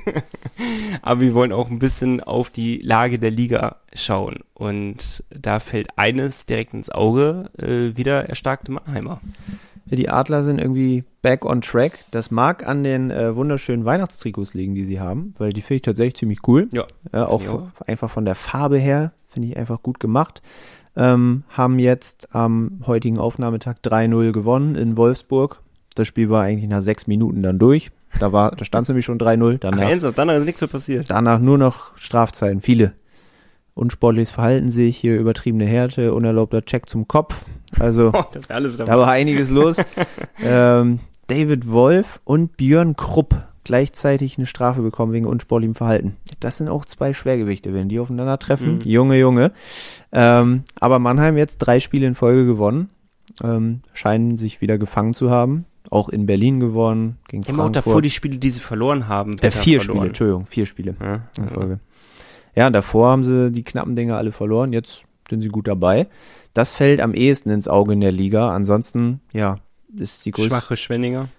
S2: Aber wir wollen auch ein bisschen auf die Lage der Liga schauen. Und da fällt eines direkt ins Auge, äh, wieder erstarkte Mannheimer.
S3: Ja, die Adler sind irgendwie back on track. Das mag an den äh, wunderschönen Weihnachtstrikots liegen, die sie haben, weil die finde ich tatsächlich ziemlich cool.
S2: Ja.
S3: Äh, auch, auch einfach von der Farbe her finde ich einfach gut gemacht. Ähm, haben jetzt am heutigen Aufnahmetag drei null gewonnen in Wolfsburg. Das Spiel war eigentlich nach sechs Minuten dann durch. Da war, da stand es nämlich schon drei null. Danach,
S2: Ach, ernsthaft? Danach ist nichts mehr passiert.
S3: Danach nur noch Strafzeiten, viele. Unsportliches Verhalten sehe ich hier, übertriebene Härte, unerlaubter Check zum Kopf. Also,
S2: oh, das ist alles dabei.
S3: Da war einiges los. ähm, David Wolf und Björn Krupp gleichzeitig eine Strafe bekommen wegen unsportlichem Verhalten. Das sind auch zwei Schwergewichte, wenn die aufeinandertreffen. Mhm. Junge, Junge. Ähm, aber Mannheim jetzt drei Spiele in Folge gewonnen. Ähm, scheinen sich wieder gefangen zu haben. Auch in Berlin gewonnen, gegen
S2: Frankfurt.
S3: Immer auch
S2: davor die Spiele, die sie verloren haben.
S3: Äh, vier verloren. Spiele, Entschuldigung, vier Spiele
S2: ja,
S3: in Folge. Ja. Ja, davor haben sie die knappen Dinge alle verloren, jetzt sind sie gut dabei. Das fällt am ehesten ins Auge in der Liga. Ansonsten, ja, ist die größte.
S2: Schwache Schwenninger.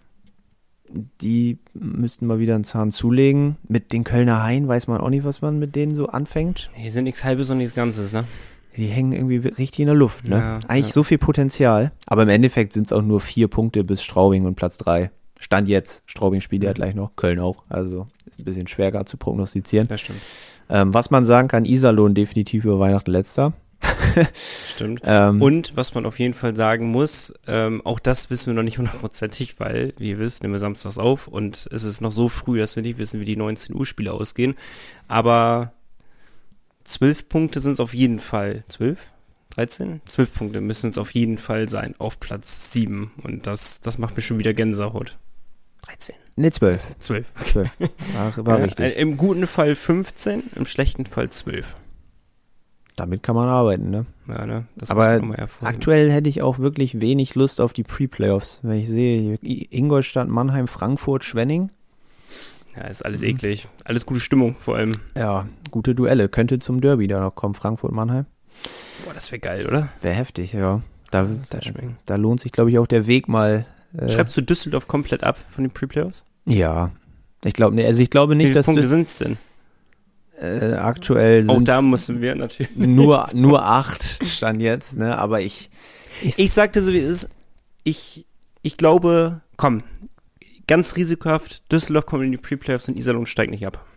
S3: Die müssten mal wieder einen Zahn zulegen. Mit den Kölner Haien weiß man auch nicht, was man mit denen so anfängt.
S2: Die sind nichts Halbes und nichts Ganzes, ne?
S3: Die hängen irgendwie richtig in der Luft, ne?
S2: Ja,
S3: Eigentlich
S2: ja.
S3: so viel Potenzial. Aber im Endeffekt sind es auch nur vier Punkte bis Straubing und Platz drei. Stand jetzt. Straubing spielt ja gleich noch. Köln auch. Also ist ein bisschen schwer gerade zu prognostizieren.
S2: Das stimmt.
S3: Ähm, was man sagen kann, Iserlohn definitiv über Weihnachten letzter.
S2: Stimmt.
S3: ähm,
S2: Und was man auf jeden Fall sagen muss, ähm, auch das wissen wir noch nicht hundertprozentig, weil, wie ihr wisst, nehmen wir samstags auf und es ist noch so früh, dass wir nicht wissen, wie die neunzehn Uhr Spiele ausgehen. Aber zwölf Punkte sind es auf jeden Fall. zwölf? dreizehn? zwölf Punkte müssen es auf jeden Fall sein auf Platz sieben. Und das, das macht mir schon wieder Gänsehaut. dreizehn.
S3: Ne, zwölf.
S2: zwölf.
S3: zwölf. War, war
S2: ja,
S3: richtig.
S2: Im guten Fall fünfzehn, im schlechten Fall zwölf.
S3: Damit kann man arbeiten, ne?
S2: Ja, ne? Das
S3: Aber
S2: muss man mal hervorheben.
S3: aktuell hätte ich auch wirklich wenig Lust auf die Pre-Playoffs. Wenn ich sehe, Ingolstadt, Mannheim, Frankfurt, Schwenning.
S2: Ja, ist alles eklig. Alles gute Stimmung vor allem.
S3: Ja, gute Duelle. Könnte zum Derby da noch kommen, Frankfurt, Mannheim.
S2: Boah, das wäre geil, oder?
S3: Wäre heftig, ja. Da, da,
S2: schmecken.
S3: da lohnt sich, glaube ich, auch der Weg mal Äh,
S2: Schreibst du Düsseldorf komplett ab von den Pre-Playoffs?
S3: Ja. Ich glaube nicht, also ich glaube nicht,
S2: Wie viele
S3: dass
S2: Punkte
S3: Düs-
S2: sind es denn?
S3: äh, aktuell
S2: Auch
S3: sind
S2: da müssen wir natürlich.
S3: nur, nur acht stand jetzt, ne? Aber ich.
S2: Ich sagte so, wie es ist. Ich, ich glaube, komm, ganz risikohaft, Düsseldorf kommt in die Pre-Playoffs und Iserlohn steigt nicht ab.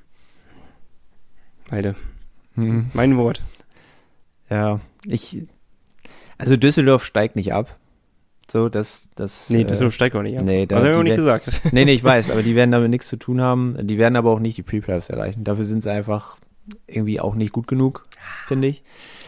S2: Alter.
S3: Hm,
S2: Mein Wort.
S3: ja, ich. Also Düsseldorf steigt nicht ab. So, das. das
S2: Nee,
S3: äh,
S2: Düsseldorf steigt auch nicht ab.
S3: nee, da-
S2: das habe ich auch
S3: die
S2: nicht
S3: werden-
S2: gesagt.
S3: Nee, nee, ich weiß, aber die werden damit nichts zu tun haben. Die werden aber auch nicht die Pre-Playoffs erreichen. Dafür sind sie einfach irgendwie auch nicht gut genug, finde ich.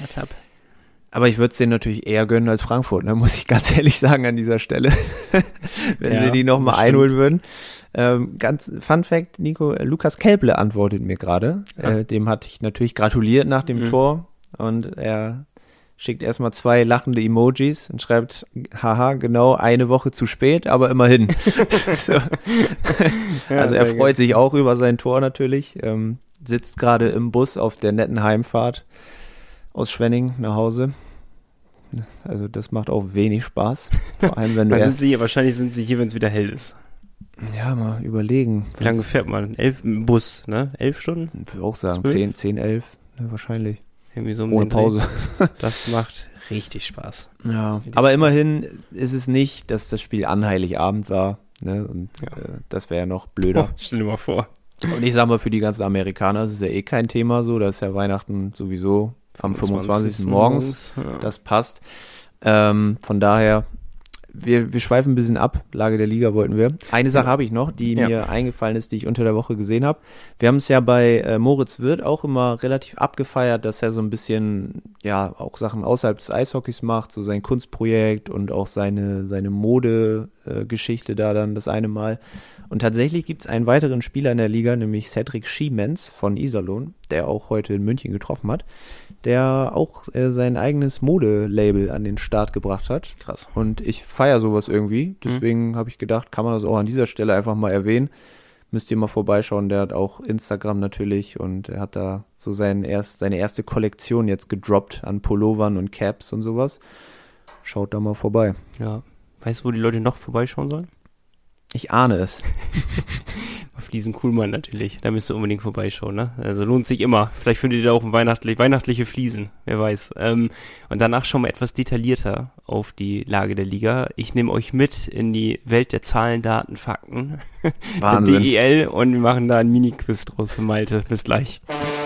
S3: Aber ich würde es denen natürlich eher gönnen als Frankfurt, ne, muss ich ganz ehrlich sagen an dieser Stelle. Wenn
S2: Ja,
S3: sie die nochmal
S2: das stimmt.
S3: einholen würden. Ähm, ganz Fun Fact, Nico, äh, Lukas Kelble antwortet mir gerade.
S2: Ja.
S3: Äh, dem hatte ich natürlich gratuliert nach dem
S2: Mhm.
S3: Tor. Und er schickt erstmal zwei lachende Emojis und schreibt, haha, genau eine Woche zu spät, aber immerhin. so. Also er
S2: sehr
S3: freut sich auch über sein Tor natürlich. Ähm, sitzt gerade im Bus auf der netten Heimfahrt aus Schwenning nach Hause. Also das macht auch wenig Spaß. Vor allem, wenn du
S2: Dann sind
S3: erst,
S2: sie, wahrscheinlich sind sie hier, wenn es wieder hell ist.
S3: ja, mal überlegen.
S2: Wie lange fährt man? Elf im Bus, ne? Elf Stunden?
S3: Ich würde auch sagen,
S2: Zwölf?
S3: zehn, zehn, elf, ja, wahrscheinlich.
S2: Irgendwie so um
S3: Ohne
S2: den Dreh.
S3: Pause.
S2: Das macht richtig Spaß.
S3: Ja,
S2: Richtig
S3: aber
S2: Spaß.
S3: immerhin ist es nicht, dass das Spiel an Heiligabend war. Ne? Und
S2: Ja.
S3: äh, das wäre ja noch blöder.
S2: Oh, stell dir mal vor.
S3: Und ich sag mal, für die ganzen Amerikaner ist es ja eh kein Thema so. Da ist ja Weihnachten sowieso am fünfundzwanzigsten morgens.
S2: Ja.
S3: Das passt. Ähm, von daher, wir, wir schweifen ein bisschen ab. Lage der Liga wollten wir. Eine Sache
S2: Ja.
S3: habe ich noch, die
S2: Ja.
S3: mir eingefallen ist, die ich unter der Woche gesehen habe. Wir haben es ja bei äh, Moritz Wirth auch immer relativ abgefeiert, dass er so ein bisschen, ja, auch Sachen außerhalb des Eishockeys macht, so sein Kunstprojekt und auch seine, seine Mode-Geschichte da dann das eine Mal. Und tatsächlich gibt es einen weiteren Spieler in der Liga, nämlich Cedric Schiemens von Iserlohn, der auch heute in München getroffen hat, der auch äh, sein eigenes Modelabel an den Start gebracht hat.
S2: Krass.
S3: Und ich feiere sowas irgendwie. Deswegen mhm. habe ich gedacht, kann man das auch an dieser Stelle einfach mal erwähnen. Müsst ihr mal vorbeischauen. Der hat auch Instagram natürlich und er hat da so sein erst, seine erste Kollektion jetzt gedroppt an Pullovern und Caps und sowas. Schaut da mal vorbei.
S2: Ja. Weißt du, wo die Leute noch vorbeischauen sollen?
S3: Ich ahne es.
S2: Auf diesen Kuhlmann natürlich. Da müsst ihr unbedingt vorbeischauen, ne? Also lohnt sich immer. Vielleicht findet ihr da auch ein weihnachtlich, weihnachtliche Fliesen. Wer weiß. Ähm, und danach schauen wir etwas detaillierter auf die Lage der Liga. Ich nehme euch mit in die Welt der Zahlen, Daten, Fakten.
S3: Wahnsinn.
S2: D E L und wir machen da ein Mini-Quiz draus für Malte. Bis gleich.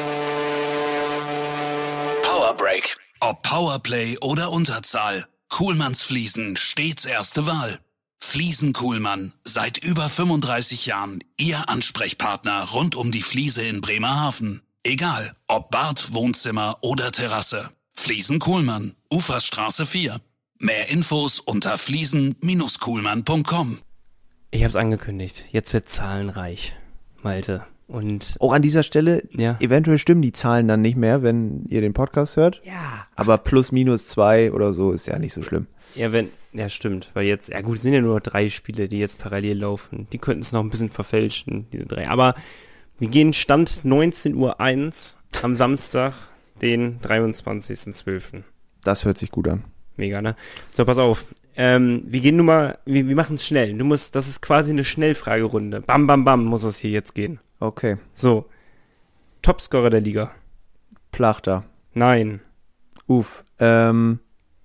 S4: Power Break. Ob Powerplay oder Unterzahl. Kuhlmanns Fliesen stets erste Wahl. Fliesen Kuhlmann, seit über fünfunddreißig Jahren Ihr Ansprechpartner rund um die Fliese in Bremerhaven. Egal, ob Bad, Wohnzimmer oder Terrasse. Fliesen Kuhlmann, Uferstraße vier. Mehr Infos unter fliesen Bindestrich kuhlmann Punkt com.
S2: Ich habe es angekündigt. Jetzt wird zahlenreich, Malte. Und
S3: Auch an dieser Stelle,
S2: ja.
S3: eventuell stimmen die Zahlen dann nicht mehr, wenn ihr den Podcast hört.
S2: Ja.
S3: Aber plus minus zwei oder so ist ja nicht so schlimm.
S2: Ja, wenn, ja stimmt, weil jetzt, ja gut, es sind ja nur drei Spiele, die jetzt parallel laufen. Die könnten es noch ein bisschen verfälschen, diese drei. Aber wir gehen Stand neunzehn Uhr eins am Samstag, den dreiundzwanzigsten zwölften
S3: Das hört sich gut an.
S2: Mega, ne? So, pass auf. Ähm, wir gehen nur mal, wir, wir machen es schnell. Du musst, das ist quasi eine Schnellfragerunde. Bam, bam, bam, muss es hier jetzt gehen.
S3: Okay.
S2: So. Topscorer der Liga.
S3: Plachter.
S2: Nein.
S3: Uff. Ähm.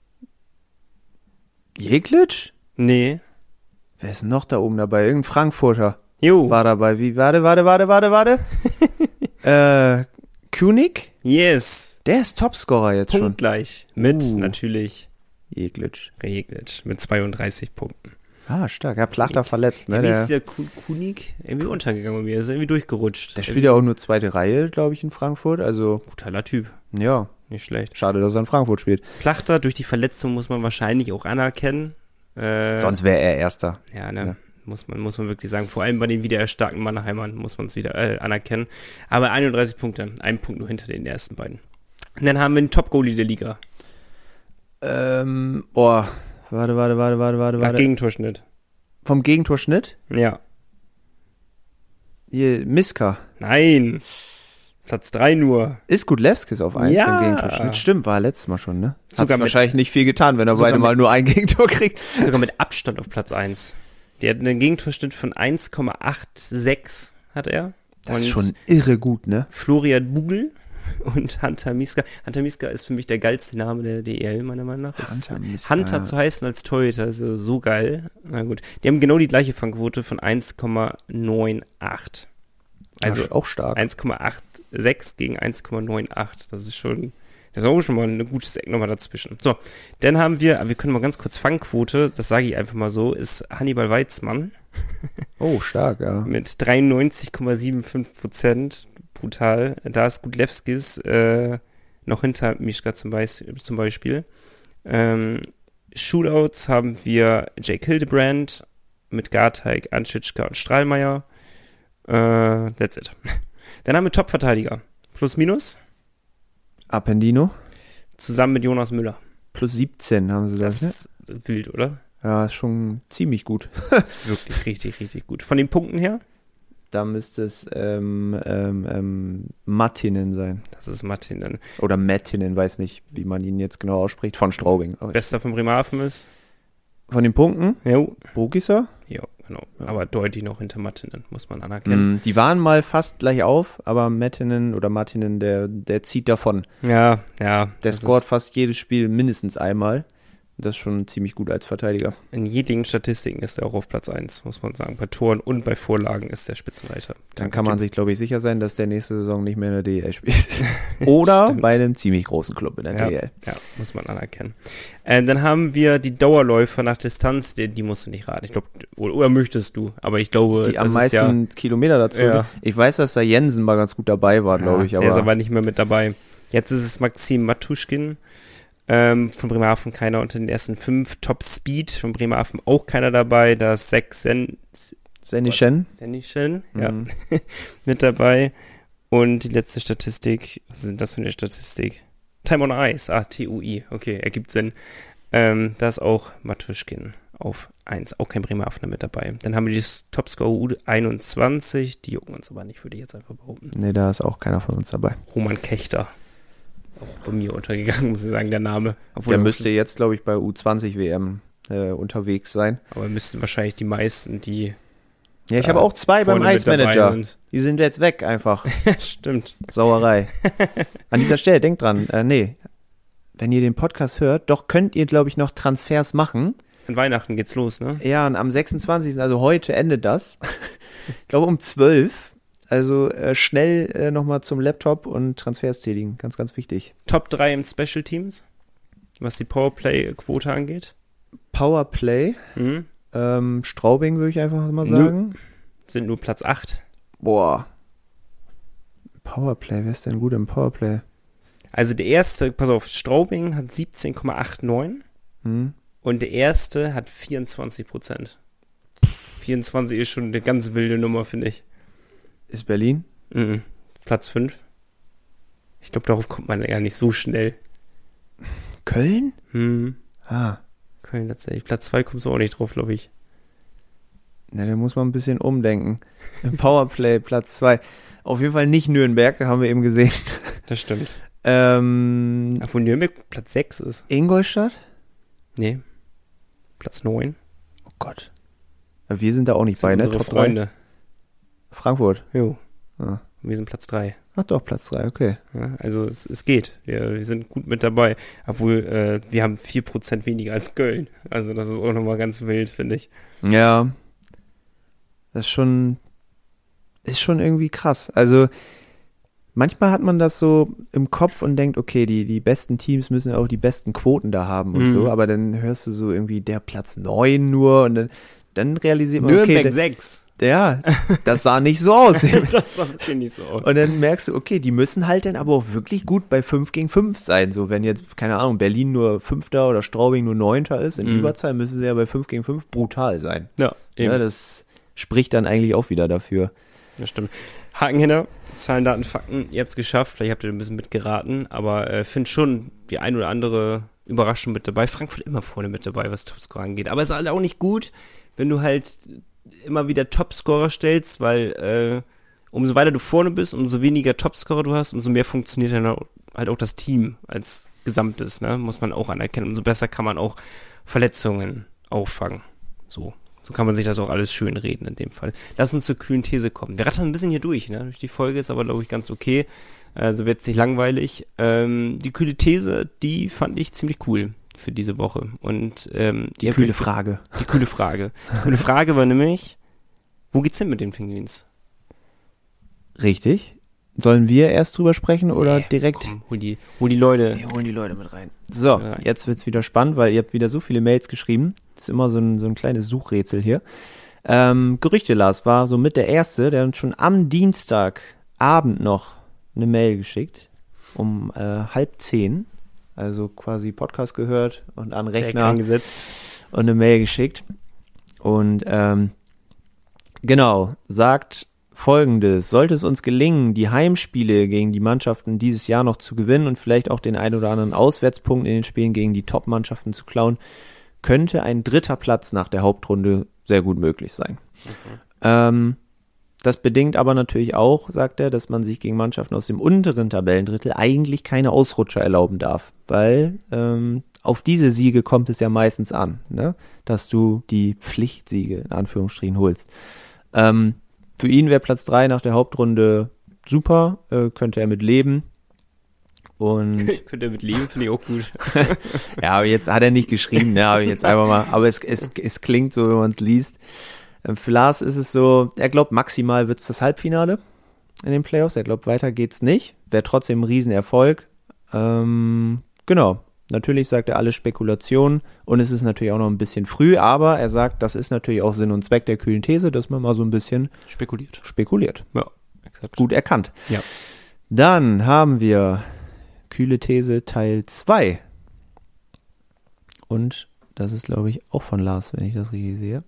S3: Jeglitsch?
S2: Nee.
S3: Wer ist denn noch da oben dabei? Irgendein Frankfurter
S2: Jo.
S3: war dabei. Wie, warte, warte, warte, warte, warte. äh, König?
S2: Yes.
S3: Der ist Topscorer jetzt
S2: Punkt
S3: schon.
S2: gleich. Mit
S3: Uh.
S2: natürlich
S3: Jeglitsch.
S2: Reglitsch mit zweiunddreißig Punkten.
S3: Ah, stark. Ja, Plachter verletzt, ne?
S2: Ja, wie
S3: Der,
S2: ist der Ku- Kunig irgendwie untergegangen bei mir? Der ist irgendwie durchgerutscht.
S3: der spielt ja auch nur zweite Reihe, glaube ich, in Frankfurt. Also,
S2: Brutaler Typ.
S3: ja,
S2: Nicht schlecht.
S3: schade, dass er in Frankfurt spielt.
S2: Plachter durch die Verletzung muss man wahrscheinlich auch anerkennen. Äh,
S3: Sonst wäre er Erster.
S2: Ja, ne?
S3: Ja.
S2: Muss man, muss man wirklich sagen. Vor allem bei den wieder erstarkten Mannheimern muss man es wieder äh, anerkennen. Aber einunddreißig Punkte. Ein Punkt nur hinter den ersten beiden. Und dann haben wir den Top-Goalie der Liga.
S3: Ähm, oh, warte, warte, warte, warte, warte,
S2: Nach
S3: warte.
S2: Gegentorschnitt.
S3: Vom Gegentorschnitt?
S2: Ja.
S3: Hier, Miska.
S2: Nein. Platz drei nur.
S3: Ist Gudlewskis auf eins
S2: Ja.
S3: im Gegentorschnitt. Stimmt, war letztes Mal schon, ne? Hat
S2: Sogar mit-
S3: wahrscheinlich nicht viel getan, wenn er
S2: sogar
S3: beide
S2: mit-
S3: mal nur ein Gegentor kriegt.
S2: Sogar mit Abstand auf Platz eins. Der hat einen Gegentorschnitt von eins Komma sechsundachtzig hat er.
S3: Das
S2: und
S3: ist schon irre gut, ne?
S2: Florian Bugel und Hunter Miska. Hunter Miska ist für mich der geilste Name der D E L, meiner Meinung nach.
S3: Hunter Miska.
S2: Hunter zu heißen als Torhüter, also so geil. Na gut. Die haben genau die gleiche Fangquote von eins Komma achtzig. Also
S3: Ach, auch stark.
S2: eins Komma sechsundachtzig gegen eins Komma achtzig. Das ist schon, das ist auch schon mal ein gutes Eck nochmal dazwischen. So, dann haben wir, wir können mal ganz kurz Fangquote, das sage ich einfach mal so, ist Hannibal Weizmann.
S3: Oh, stark, ja.
S2: Mit dreiundneunzig Komma fünfundsiebzig Prozent. Brutal. Da ist Gudlewskis äh, noch hinter Mischka zum, Beis- zum Beispiel. Ähm, Shootouts haben wir Jake Hildebrand mit Garteig, Anschitschka und Strahlmeier. Äh, that's it. Dann haben wir Top-Verteidiger. Plus, minus.
S3: Appendino.
S2: Zusammen mit Jonas Müller.
S3: Plus siebzehn haben sie das.
S2: Das ist wild, oder?
S3: Ja, ist schon ziemlich gut.
S2: Das ist wirklich richtig, richtig gut. Von den Punkten her?
S3: Da müsste es ähm, ähm, ähm, Martinen sein.
S2: Das ist Martinen.
S3: Oder Mattinen, weiß nicht, wie man ihn jetzt genau ausspricht. Von Straubing.
S2: Bester von Bremerhaven ist?
S3: Von den Punkten?
S2: Jo.
S3: Bogisser?
S2: Ja, genau. Ja. Aber deutlich noch hinter Martinen, muss man anerkennen.
S3: Mm, die waren mal fast gleich auf, aber Mattinen oder Martinen, der, der zieht davon.
S2: Ja, ja.
S3: Der scoret fast jedes Spiel mindestens einmal. Das ist schon ziemlich gut als Verteidiger.
S2: In jeglichen Statistiken ist er auch auf Platz eins, muss man sagen. Bei Toren und bei Vorlagen ist der Spitzenreiter.
S3: Dann kann man sich, glaube ich, sicher sein, dass der nächste Saison nicht mehr in der D E L spielt. Oder bei einem ziemlich großen Club in der
S2: ja,
S3: D E L.
S2: Ja, muss man anerkennen. Äh, dann haben wir die Dauerläufer nach Distanz, die, die musst du nicht raten. Ich glaube, oder, oder möchtest du, aber ich glaube,
S3: die
S2: das
S3: am
S2: ist
S3: meisten
S2: ja,
S3: Kilometer dazu.
S2: Ja.
S3: Ich weiß, dass da Jensen mal ganz gut dabei war, glaube
S2: ja,
S3: ich. Aber
S2: der ist aber nicht mehr mit dabei. Jetzt ist es Maxim Matuschkin. Ähm, von Bremerhaven keiner unter den ersten fünf. Top Speed von Bremerhaven auch keiner dabei. Da ist sechs Sen
S3: Senishen.
S2: Senishen,
S3: Mhm.
S2: ja, mit dabei. Und die letzte Statistik, was ist denn das für eine Statistik? Time on Ice, ah, T U I, okay, ergibt Sinn. Ähm, da ist auch Matuschkin auf eins, auch kein Bremerhavener mit dabei. Dann haben wir die Topscorer U einundzwanzig, die jucken uns aber nicht, würde ich jetzt einfach behaupten.
S3: Nee, da ist auch keiner von uns dabei.
S2: Roman Kechter. Auch bei mir untergegangen, muss ich sagen, der Name. Obwohl
S3: Der
S2: er
S3: müsste jetzt, glaube ich, bei U zwanzig W M äh, unterwegs sein.
S2: Aber müssten wahrscheinlich die meisten, die
S3: Ja, ich
S2: äh,
S3: habe auch zwei beim
S2: vorne
S3: Ice
S2: mit dabei
S3: Manager.
S2: sind.
S3: Die sind jetzt weg einfach.
S2: Stimmt.
S3: Sauerei. An dieser Stelle, denkt dran, äh, nee, wenn ihr den Podcast hört, doch könnt ihr, glaube ich, noch Transfers machen.
S2: An Weihnachten geht's los, ne?
S3: Ja, und am sechsundzwanzigsten, also heute endet das. Ich glaube um zwölf. Also äh, schnell äh, nochmal zum Laptop und Transfers tätigen. Ganz, ganz wichtig.
S2: Top drei im Special Teams, was die Powerplay-Quote angeht.
S3: Powerplay.
S2: Mhm.
S3: Ähm, Straubing würde ich einfach mal sagen.
S2: Sind nur Platz acht.
S3: Boah. Powerplay, wer ist denn gut im Powerplay?
S2: Also der erste, pass auf, Straubing hat siebzehn Komma neunundachtzig
S3: Hm?
S2: und der erste hat vierundzwanzig Prozent. vierundzwanzig ist schon eine ganz wilde Nummer, finde ich.
S3: Ist Berlin?
S2: Mhm. Platz fünf. Ich glaube, darauf kommt man ja nicht so schnell.
S3: Köln?
S2: Hm.
S3: Ah.
S2: Köln tatsächlich. Platz zwei kommst du auch nicht drauf, glaube ich.
S3: Na, da muss man ein bisschen umdenken. Im Powerplay Platz zwei. Auf jeden Fall nicht Nürnberg, haben wir eben gesehen.
S2: Das stimmt.
S3: Ähm,
S2: Obwohl Nürnberg Platz sechs ist.
S3: Ingolstadt?
S2: Nee. Platz neun.
S3: Oh Gott. Aber wir sind da auch nicht
S2: Das
S3: bei,
S2: sind
S3: ne?
S2: unsere
S3: Top drei.
S2: Freunde.
S3: Frankfurt.
S2: Jo.
S3: Ah.
S2: Wir sind Platz drei.
S3: Ach doch, Platz drei, okay.
S2: Ja, also es, es geht. Wir, wir sind gut mit dabei. Obwohl, äh, wir haben vier Prozent weniger als Köln. Also das ist auch nochmal ganz wild, finde ich.
S3: Ja. Das ist schon, ist schon irgendwie krass. Also manchmal hat man das so im Kopf und denkt, okay, die, die besten Teams müssen auch die besten Quoten da haben und
S2: Mhm.
S3: so, aber dann hörst du so irgendwie der Platz neun nur und dann, dann realisiert man, okay,
S2: Nürnberg
S3: der,
S2: sechs.
S3: ja, das sah nicht so aus.
S2: Das sah wirklich nicht so aus.
S3: Und dann merkst du, okay, die müssen halt dann aber auch wirklich gut bei fünf gegen fünf sein. So, wenn jetzt, keine Ahnung, Berlin nur Fünfter oder Straubing nur Neunter ist, in
S2: Mhm.
S3: Überzahl müssen sie ja bei fünf gegen fünf brutal sein.
S2: Ja, eben.
S3: Ja, das spricht dann eigentlich auch wieder dafür.
S2: Das stimmt. Haken hinter, Zahlen, Daten, Fakten. Ihr habt es geschafft, vielleicht habt ihr ein bisschen mitgeraten, aber äh, finde schon die ein oder andere Überraschung mit dabei. Frankfurt immer vorne mit dabei, was Topscorer angeht. Aber es ist halt auch nicht gut, wenn du halt immer wieder Topscorer stellst, weil äh, umso weiter du vorne bist, umso weniger Topscorer du hast, umso mehr funktioniert dann halt auch das Team als Gesamtes, ne? Muss man auch anerkennen. Umso besser kann man auch Verletzungen auffangen. So So kann man sich das auch alles schön reden in dem Fall. Lass uns zur kühlen These kommen. Wir rattern ein bisschen hier durch, ne? Durch die Folge ist aber, glaube ich, ganz okay. Also wird es nicht langweilig. Ähm, die kühle These, die fand ich ziemlich cool für diese Woche. Und ähm,
S3: die, die kühle Frage.
S2: Die kühle Frage. Die kühle Frage war nämlich, wo geht's hin mit den Pinguins?
S3: Richtig. Sollen wir erst drüber sprechen oder
S2: nee,
S3: direkt?
S2: Komm, hol die, hol die Leute.
S3: Wir holen die Leute mit rein. So, rein. Jetzt wird's wieder spannend, weil ihr habt wieder so viele Mails geschrieben. Das ist immer so ein, so ein kleines Suchrätsel hier. Ähm, Gerüchte, Lars, war so mit der Erste, der uns schon am Dienstagabend noch eine Mail geschickt, um äh, halb zehn, also quasi Podcast gehört und an Rechner
S2: gesetzt
S3: und eine Mail geschickt. Und ähm, genau, sagt Folgendes: Sollte es uns gelingen, die Heimspiele gegen die Mannschaften dieses Jahr noch zu gewinnen und vielleicht auch den ein oder anderen Auswärtspunkt in den Spielen gegen die Top-Mannschaften zu klauen, könnte ein dritter Platz nach der Hauptrunde sehr gut möglich sein. Okay. Ähm, das bedingt aber natürlich auch, sagt er, dass man sich gegen Mannschaften aus dem unteren Tabellendrittel eigentlich keine Ausrutscher erlauben darf, weil ähm, auf diese Siege kommt es ja meistens an, ne? Dass du die Pflichtsiege in Anführungsstrichen holst. Ähm, Für ihn wäre Platz drei nach der Hauptrunde super, äh, könnte er mit leben. Und
S2: könnte er mit leben, finde ich auch gut.
S3: Ja, aber jetzt hat er nicht geschrieben, ne, aber jetzt einfach mal, aber es, es, es klingt so, wenn man es liest. Ähm, für Lars ist es so, er glaubt, maximal wird es das Halbfinale in den Playoffs, er glaubt, weiter geht's nicht, wäre trotzdem ein Riesenerfolg. Ähm, genau. Natürlich sagt er alles Spekulation und es ist natürlich auch noch ein bisschen früh, aber er sagt, das ist natürlich auch Sinn und Zweck der kühlen These, dass man mal so ein bisschen
S2: spekuliert.
S3: Spekuliert.
S2: Ja, exakt.
S3: Gut erkannt.
S2: Ja.
S3: Dann haben wir kühle These Teil zwei. Und das ist, glaube ich, auch von Lars, wenn ich das richtig sehe.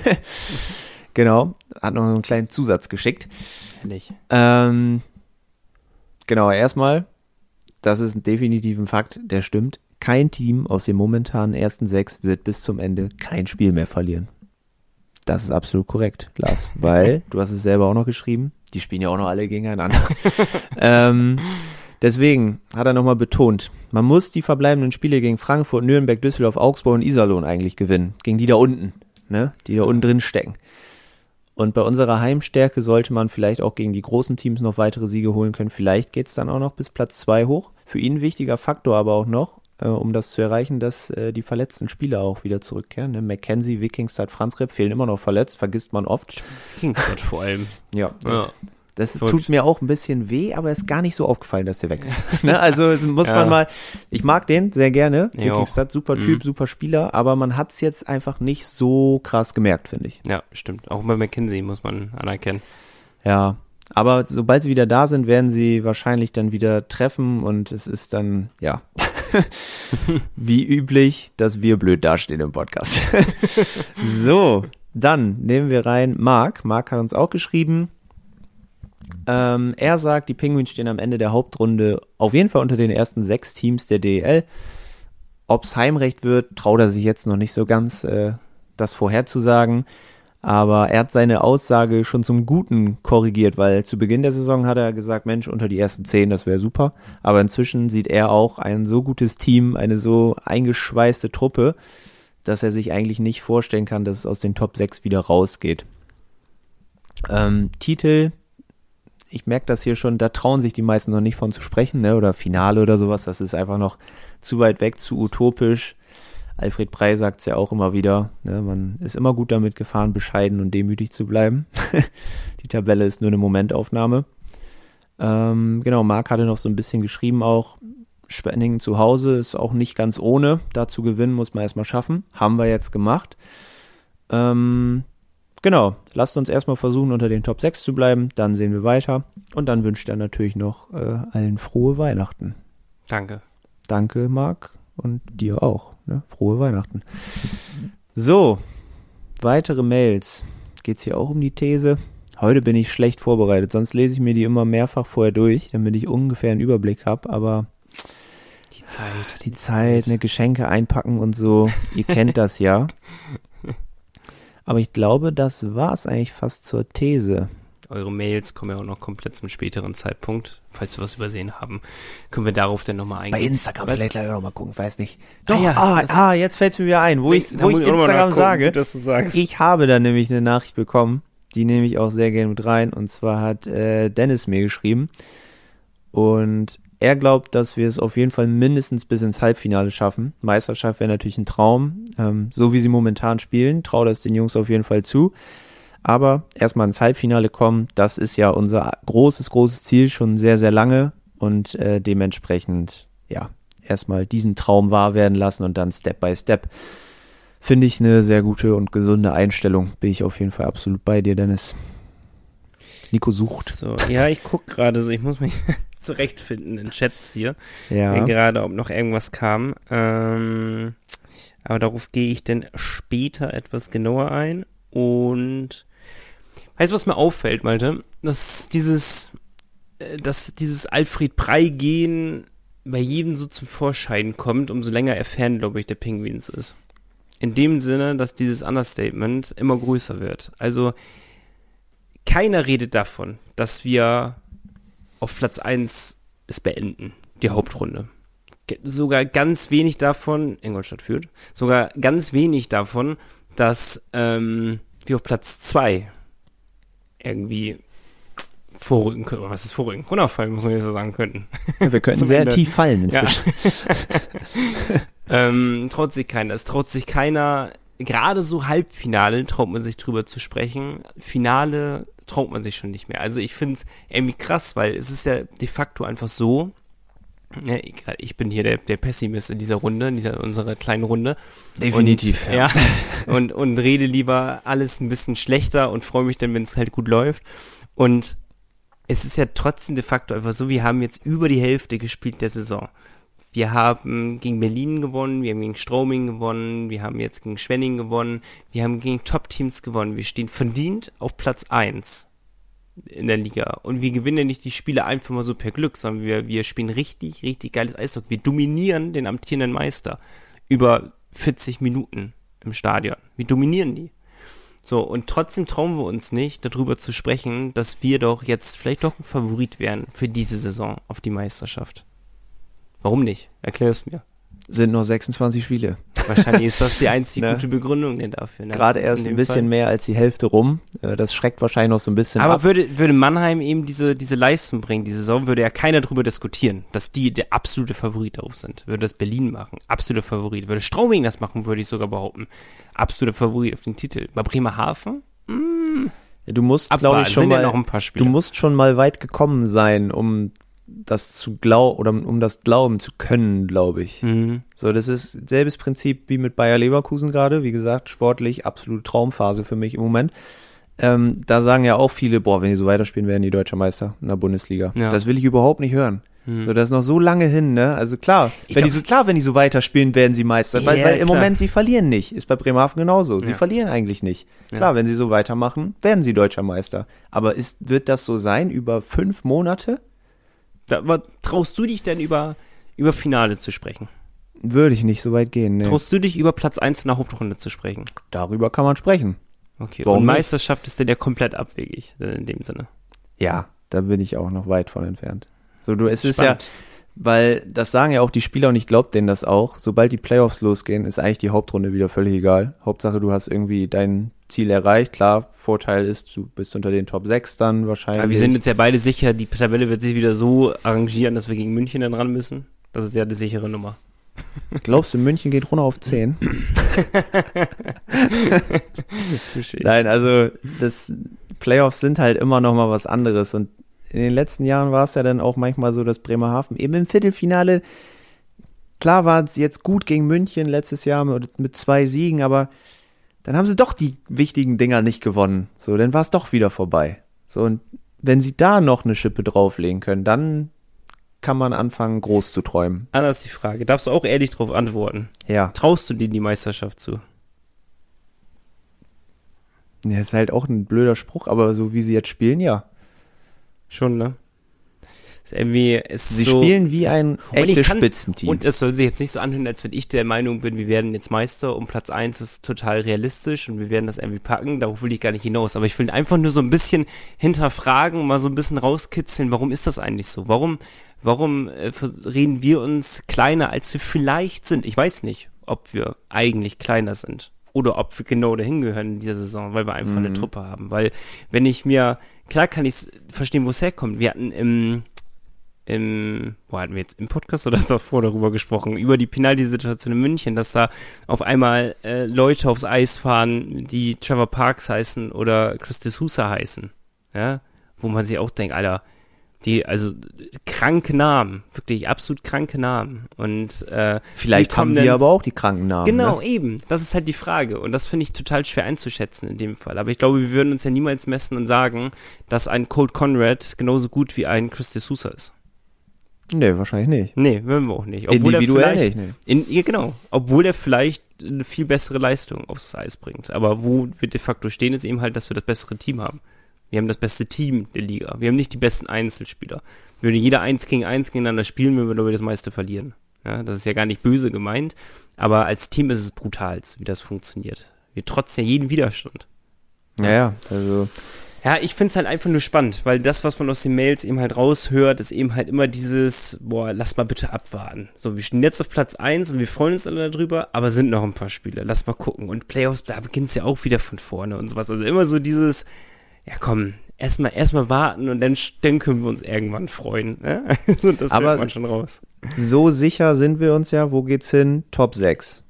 S3: Genau, hat noch einen kleinen Zusatz geschickt.
S2: Nicht.
S3: Ähm, genau, erstmal, das ist definitiv ein Fakt, der stimmt. Kein Team aus den momentanen ersten sechs wird bis zum Ende kein Spiel mehr verlieren. Das ist absolut korrekt, Lars, weil, du hast es selber auch noch geschrieben, die spielen ja auch noch alle gegeneinander. ähm, deswegen hat er nochmal betont, man muss die verbleibenden Spiele gegen Frankfurt, Nürnberg, Düsseldorf, Augsburg und Iserlohn eigentlich gewinnen. Gegen die da unten, ne, die da unten drin stecken. Und bei unserer Heimstärke sollte man vielleicht auch gegen die großen Teams noch weitere Siege holen können. Vielleicht geht es dann auch noch bis Platz zwei hoch. Für ihn ein wichtiger Faktor aber auch noch, äh, um das zu erreichen, dass äh, die verletzten Spieler auch wieder zurückkehren. Ne? McKenzie, Wikingstad, Franz Repp fehlen immer noch verletzt, vergisst man oft.
S2: Wikingstad vor allem.
S3: Ja.
S2: ja.
S3: Das ist, tut mir auch ein bisschen weh, aber ist gar nicht so aufgefallen, dass der weg ist. Ne? Also muss ja. man mal, ich mag den sehr gerne, Wikingstad, super Typ, mhm. super Spieler, aber man hat es jetzt einfach nicht so krass gemerkt, finde ich.
S2: Ja, stimmt. Auch bei McKenzie muss man anerkennen.
S3: Ja, aber sobald sie wieder da sind, werden sie wahrscheinlich dann wieder treffen und es ist dann, ja, wie üblich, dass wir blöd dastehen im Podcast. So, dann nehmen wir rein Marc. Marc hat uns auch geschrieben. Ähm, er sagt, die Penguins stehen am Ende der Hauptrunde auf jeden Fall unter den ersten sechs Teams der D E L. Ob's Heimrecht wird, traut er sich jetzt noch nicht so ganz, äh, das vorherzusagen. Aber er hat seine Aussage schon zum Guten korrigiert, weil zu Beginn der Saison hat er gesagt, Mensch, unter die ersten zehn, das wäre super. Aber inzwischen sieht er auch ein so gutes Team, eine so eingeschweißte Truppe, dass er sich eigentlich nicht vorstellen kann, dass es aus den Top sechs wieder rausgeht. Ähm, Titel, ich merke das hier schon, da trauen sich die meisten noch nicht von zu sprechen, ne? Oder Finale oder sowas, das ist einfach noch zu weit weg, zu utopisch. Alfred Brey sagt es ja auch immer wieder, ne? Man ist immer gut damit gefahren, bescheiden und demütig zu bleiben. Die Tabelle ist nur eine Momentaufnahme. Ähm, genau, Marc hatte noch so ein bisschen geschrieben auch, Schwenningen zu Hause ist auch nicht ganz ohne, da zu gewinnen muss man erstmal schaffen, haben wir jetzt gemacht. Ähm, Genau, lasst uns erstmal versuchen, unter den Top sechs zu bleiben, dann sehen wir weiter und dann wünscht er natürlich noch äh, allen frohe Weihnachten.
S2: Danke.
S3: Danke, Marc, und dir auch. Ne? Frohe Weihnachten. So, weitere Mails. Geht's hier auch um die These? Heute bin ich schlecht vorbereitet, sonst lese ich mir die immer mehrfach vorher durch, damit ich ungefähr einen Überblick habe, aber
S2: die Zeit.
S3: Die Zeit, ne, Geschenke einpacken und so, ihr kennt das ja. Aber ich glaube, das war es eigentlich fast zur These.
S2: Eure Mails kommen ja auch noch komplett zum späteren Zeitpunkt. Falls wir was übersehen haben, können wir darauf dann nochmal eingehen.
S3: Bei Instagram
S2: Was?
S3: vielleicht gleich noch mal gucken, weiß nicht.
S2: Ah
S3: Doch,
S2: ja,
S3: ah,
S2: das-
S3: ah, jetzt fällt es mir wieder ein, wo ich,
S2: Da
S3: wo
S2: muss
S3: ich
S2: auch noch mal
S3: Instagram
S2: nachgucken,
S3: sage.
S2: gut, dass du sagst.
S3: Ich habe da nämlich eine Nachricht bekommen, die nehme ich auch sehr gerne mit rein. Und zwar hat äh, Dennis mir geschrieben. Und er glaubt, dass wir es auf jeden Fall mindestens bis ins Halbfinale schaffen. Meisterschaft wäre natürlich ein Traum. Ähm, so wie sie momentan spielen, traue das den Jungs auf jeden Fall zu. Aber erstmal ins Halbfinale kommen, das ist ja unser großes, großes Ziel schon sehr, sehr lange. Und äh, dementsprechend, ja, erstmal diesen Traum wahr werden lassen und dann Step by Step. Finde ich eine sehr gute und gesunde Einstellung. Bin ich auf jeden Fall absolut bei dir, Dennis. Nico sucht.
S2: So, ja, ich gucke gerade so, ich muss mich zurechtfinden in Chats hier.
S3: Ja.
S2: Äh, gerade, ob noch irgendwas kam. Ähm, aber darauf gehe ich dann später etwas genauer ein. Und weißt du, was mir auffällt, Malte? Dass dieses, äh, dass dieses Alfred Prey-Gehen bei jedem so zum Vorschein kommt, umso länger er Fan, glaube ich, der Penguins ist. In dem Sinne, dass dieses Understatement immer größer wird. Also keiner redet davon, dass wir auf Platz eins es beenden, die Hauptrunde. Ge- Sogar ganz wenig davon, Ingolstadt führt, sogar ganz wenig davon, dass ähm, wir auf Platz zwei irgendwie vorrücken können. Oder was ist vorrücken? Runterfallen, muss man jetzt so sagen könnten.
S3: Ja, wir könnten
S2: Zum
S3: sehr
S2: Ende.
S3: tief fallen inzwischen.
S2: ähm, traut sich keiner. Es traut sich keiner, gerade so Halbfinale traut man sich drüber zu sprechen. Finale traut man sich schon nicht mehr. Also ich finde es irgendwie krass, weil es ist ja de facto einfach so, ne, ich, ich bin hier der, der Pessimist in dieser Runde, in dieser unserer kleinen Runde.
S3: Definitiv,
S2: Und,
S3: ja.
S2: ja. und, und rede lieber alles ein bisschen schlechter und freue mich dann, wenn es halt gut läuft. Und es ist ja trotzdem de facto einfach so, wir haben jetzt über die Hälfte gespielt der Saison. Wir haben gegen Berlin gewonnen, wir haben gegen Straubing gewonnen, wir haben jetzt gegen Schwenning gewonnen, wir haben gegen Top-Teams gewonnen. Wir stehen verdient auf Platz eins in der Liga. Und wir gewinnen ja nicht die Spiele einfach mal so per Glück, sondern wir, wir spielen richtig, richtig geiles Eishockey. Wir dominieren den amtierenden Meister über vierzig Minuten im Stadion. Wir dominieren die. So, und trotzdem trauen wir uns nicht, darüber zu sprechen, dass wir doch jetzt vielleicht doch ein Favorit wären für diese Saison auf die Meisterschaft. Warum nicht? Erklär es mir.
S3: Sind nur sechsundzwanzig Spiele.
S2: Wahrscheinlich ist das die einzige
S3: Ne?
S2: gute Begründung denn dafür. Ne?
S3: Gerade erst
S2: In
S3: ein
S2: dem
S3: bisschen
S2: Fall.
S3: mehr als die Hälfte rum. Äh, Das schreckt wahrscheinlich noch so ein bisschen
S2: Aber
S3: ab.
S2: würde, würde Mannheim eben diese, diese Leistung bringen, die Saison, würde ja keiner drüber diskutieren, dass die der absolute Favorit darauf sind. Würde das Berlin machen, absoluter Favorit. Würde Straubing das machen, würde ich sogar behaupten. Absoluter Favorit auf den Titel. Bei Bremerhaven?
S3: Du musst, glaube
S2: Abwarten,
S3: ich, schon
S2: sind ja
S3: mal,
S2: noch ein paar Spiele.
S3: du musst schon mal weit gekommen sein, um das zu glauben oder um das glauben zu können, glaube ich.
S2: Mhm.
S3: So, das ist selbes Prinzip wie mit Bayer Leverkusen gerade. Wie gesagt, sportlich absolute Traumphase für mich im Moment. Ähm, da sagen ja auch viele, boah, wenn die so weiterspielen, werden die Deutscher Meister in der Bundesliga.
S2: Ja.
S3: Das will ich überhaupt nicht hören.
S2: Mhm.
S3: So, das ist noch so lange hin, ne? Also klar,
S2: Ich
S3: wenn
S2: glaub-
S3: die so, klar, wenn die so weiterspielen, werden sie Meister. Weil,
S2: Ja,
S3: weil im
S2: klar.
S3: Moment, sie verlieren nicht. Ist bei Bremerhaven genauso. Sie
S2: Ja.
S3: verlieren eigentlich nicht.
S2: Ja.
S3: Klar, wenn sie so weitermachen, werden sie Deutscher Meister. Aber ist, wird das so sein über fünf Monate?
S2: Da, aber traust du dich denn über, über Finale zu sprechen?
S3: Würde ich nicht so weit gehen, ne?
S2: Traust du dich über Platz eins in der Hauptrunde zu sprechen?
S3: Darüber kann man sprechen.
S2: Okay.
S3: Warum
S2: Und
S3: nicht?
S2: Meisterschaft ist denn ja komplett abwegig, äh, in dem Sinne.
S3: Ja, da bin ich auch noch weit von entfernt. So, du, es ist
S2: Spannend.
S3: ja, weil das sagen ja auch die Spieler und ich glaube denen das auch. Sobald die Playoffs losgehen, ist eigentlich die Hauptrunde wieder völlig egal. Hauptsache, du hast irgendwie dein Ziel erreicht. Klar, Vorteil ist, du bist unter den Top sechs dann wahrscheinlich.
S2: Aber wir sind uns ja beide sicher, die Tabelle wird sich wieder so arrangieren, dass wir gegen München dann ran müssen. Das ist ja die sichere Nummer.
S3: Glaubst du, München geht runter auf zehn? Nein, also das Playoffs sind halt immer noch mal was anderes und in den letzten Jahren war es ja dann auch manchmal so, dass Bremerhaven eben im Viertelfinale, klar war es jetzt gut gegen München letztes Jahr mit, mit zwei Siegen, aber dann haben sie doch die wichtigen Dinger nicht gewonnen. So, dann war es doch wieder vorbei. So, und wenn sie da noch eine Schippe drauflegen können, dann kann man anfangen, groß zu träumen.
S2: Anders die Frage. Darfst du auch ehrlich drauf antworten?
S3: Ja.
S2: Traust du dir die Meisterschaft zu?
S3: Ja, ist halt auch ein blöder Spruch, aber so wie sie jetzt spielen, ja.
S2: Schon, ne? Ist irgendwie, ist
S3: Sie
S2: so,
S3: spielen wie ein echtes
S2: kann's-
S3: Spitzenteam.
S2: Und es soll sich jetzt nicht so anhören, als wenn ich der Meinung bin, wir werden jetzt Meister und Platz eins ist total realistisch und wir werden das irgendwie packen. Darauf will ich gar nicht hinaus. Aber ich will einfach nur so ein bisschen hinterfragen, mal so ein bisschen rauskitzeln, warum ist das eigentlich so? Warum, warum äh, reden wir uns kleiner, als wir vielleicht sind? Ich weiß nicht, ob wir eigentlich kleiner sind. Oder ob wir genau dahin gehören in dieser Saison, weil wir einfach
S3: Mhm.
S2: eine Truppe haben. Weil, wenn ich mir, klar kann ich verstehen, wo es herkommt. Wir hatten im, im, wo hatten wir jetzt im Podcast oder davor darüber gesprochen, über die Penalty-Situation in München, dass da auf einmal äh, Leute aufs Eis fahren, die Trevor Parks heißen oder Chris D'Souza heißen. Ja, wo man sich auch denkt, Alter, die, also kranke Namen, wirklich absolut kranke Namen. Und äh,
S3: Vielleicht
S2: die
S3: haben
S2: kommen
S3: wir
S2: dann-
S3: aber auch die kranken Namen.
S2: Genau,
S3: Ne?
S2: eben. Das ist halt die Frage. Und das finde ich total schwer einzuschätzen in dem Fall. Aber ich glaube, wir würden uns ja niemals messen und sagen, dass ein Colt Conrad genauso gut wie ein Chris D'Souza ist.
S3: Nee, wahrscheinlich nicht.
S2: Nee, würden wir auch nicht.
S3: Individuell
S2: er vielleicht,
S3: nicht,
S2: in, ja, genau. Obwohl er vielleicht eine viel bessere Leistung aufs Eis bringt. Aber wo wir de facto stehen, ist eben halt, dass wir das bessere Team haben. Wir haben das beste Team der Liga. Wir haben nicht die besten Einzelspieler. Würde jeder eins gegen eins gegeneinander spielen, würden wir, glaube ich, das meiste verlieren. Ja, das ist ja gar nicht böse gemeint, aber als Team ist es brutal, wie das funktioniert. Wir trotzen ja jeden Widerstand.
S3: Ja, ja, also
S2: Ja, ich finde es halt einfach nur spannend, weil das, was man aus den Mails eben halt raushört, ist eben halt immer dieses, boah, lass mal bitte abwarten. So, wir stehen jetzt auf Platz eins und wir freuen uns alle darüber, aber sind noch ein paar Spiele, lass mal gucken. Und Playoffs, da beginnt es ja auch wieder von vorne und sowas. Also immer so dieses, ja komm, erstmal erstmal warten und dann, dann können wir uns irgendwann freuen. Ne? Und das
S3: Aber-
S2: hört man schon raus.
S3: so sicher sind wir uns ja. Wo geht's hin? Top sechs.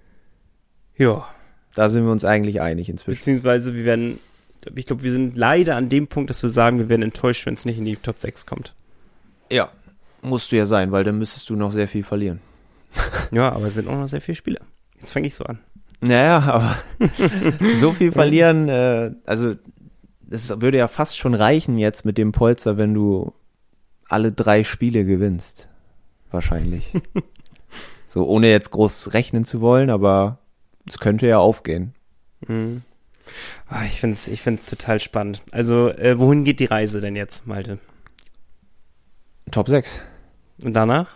S2: Ja,
S3: Da sind wir uns eigentlich einig inzwischen.
S2: beziehungsweise wir werden, ich glaube, wir sind leider an dem Punkt, dass wir sagen, wir werden enttäuscht, wenn es nicht in die Top sechs kommt.
S3: Ja. Musst du ja sein, weil dann müsstest du noch sehr viel verlieren.
S2: Ja, aber es sind auch noch sehr viele Spiele. Jetzt fange ich so an.
S3: Naja, aber so viel verlieren, äh, also es würde ja fast schon reichen jetzt mit dem Polster, wenn du alle drei Spiele gewinnst. Wahrscheinlich. So, ohne jetzt groß rechnen zu wollen, aber es könnte ja aufgehen.
S2: Mhm. Ah, ich finde es ich find's total spannend. Also, äh, wohin geht die Reise denn jetzt, Malte?
S3: Top sechs.
S2: Und danach?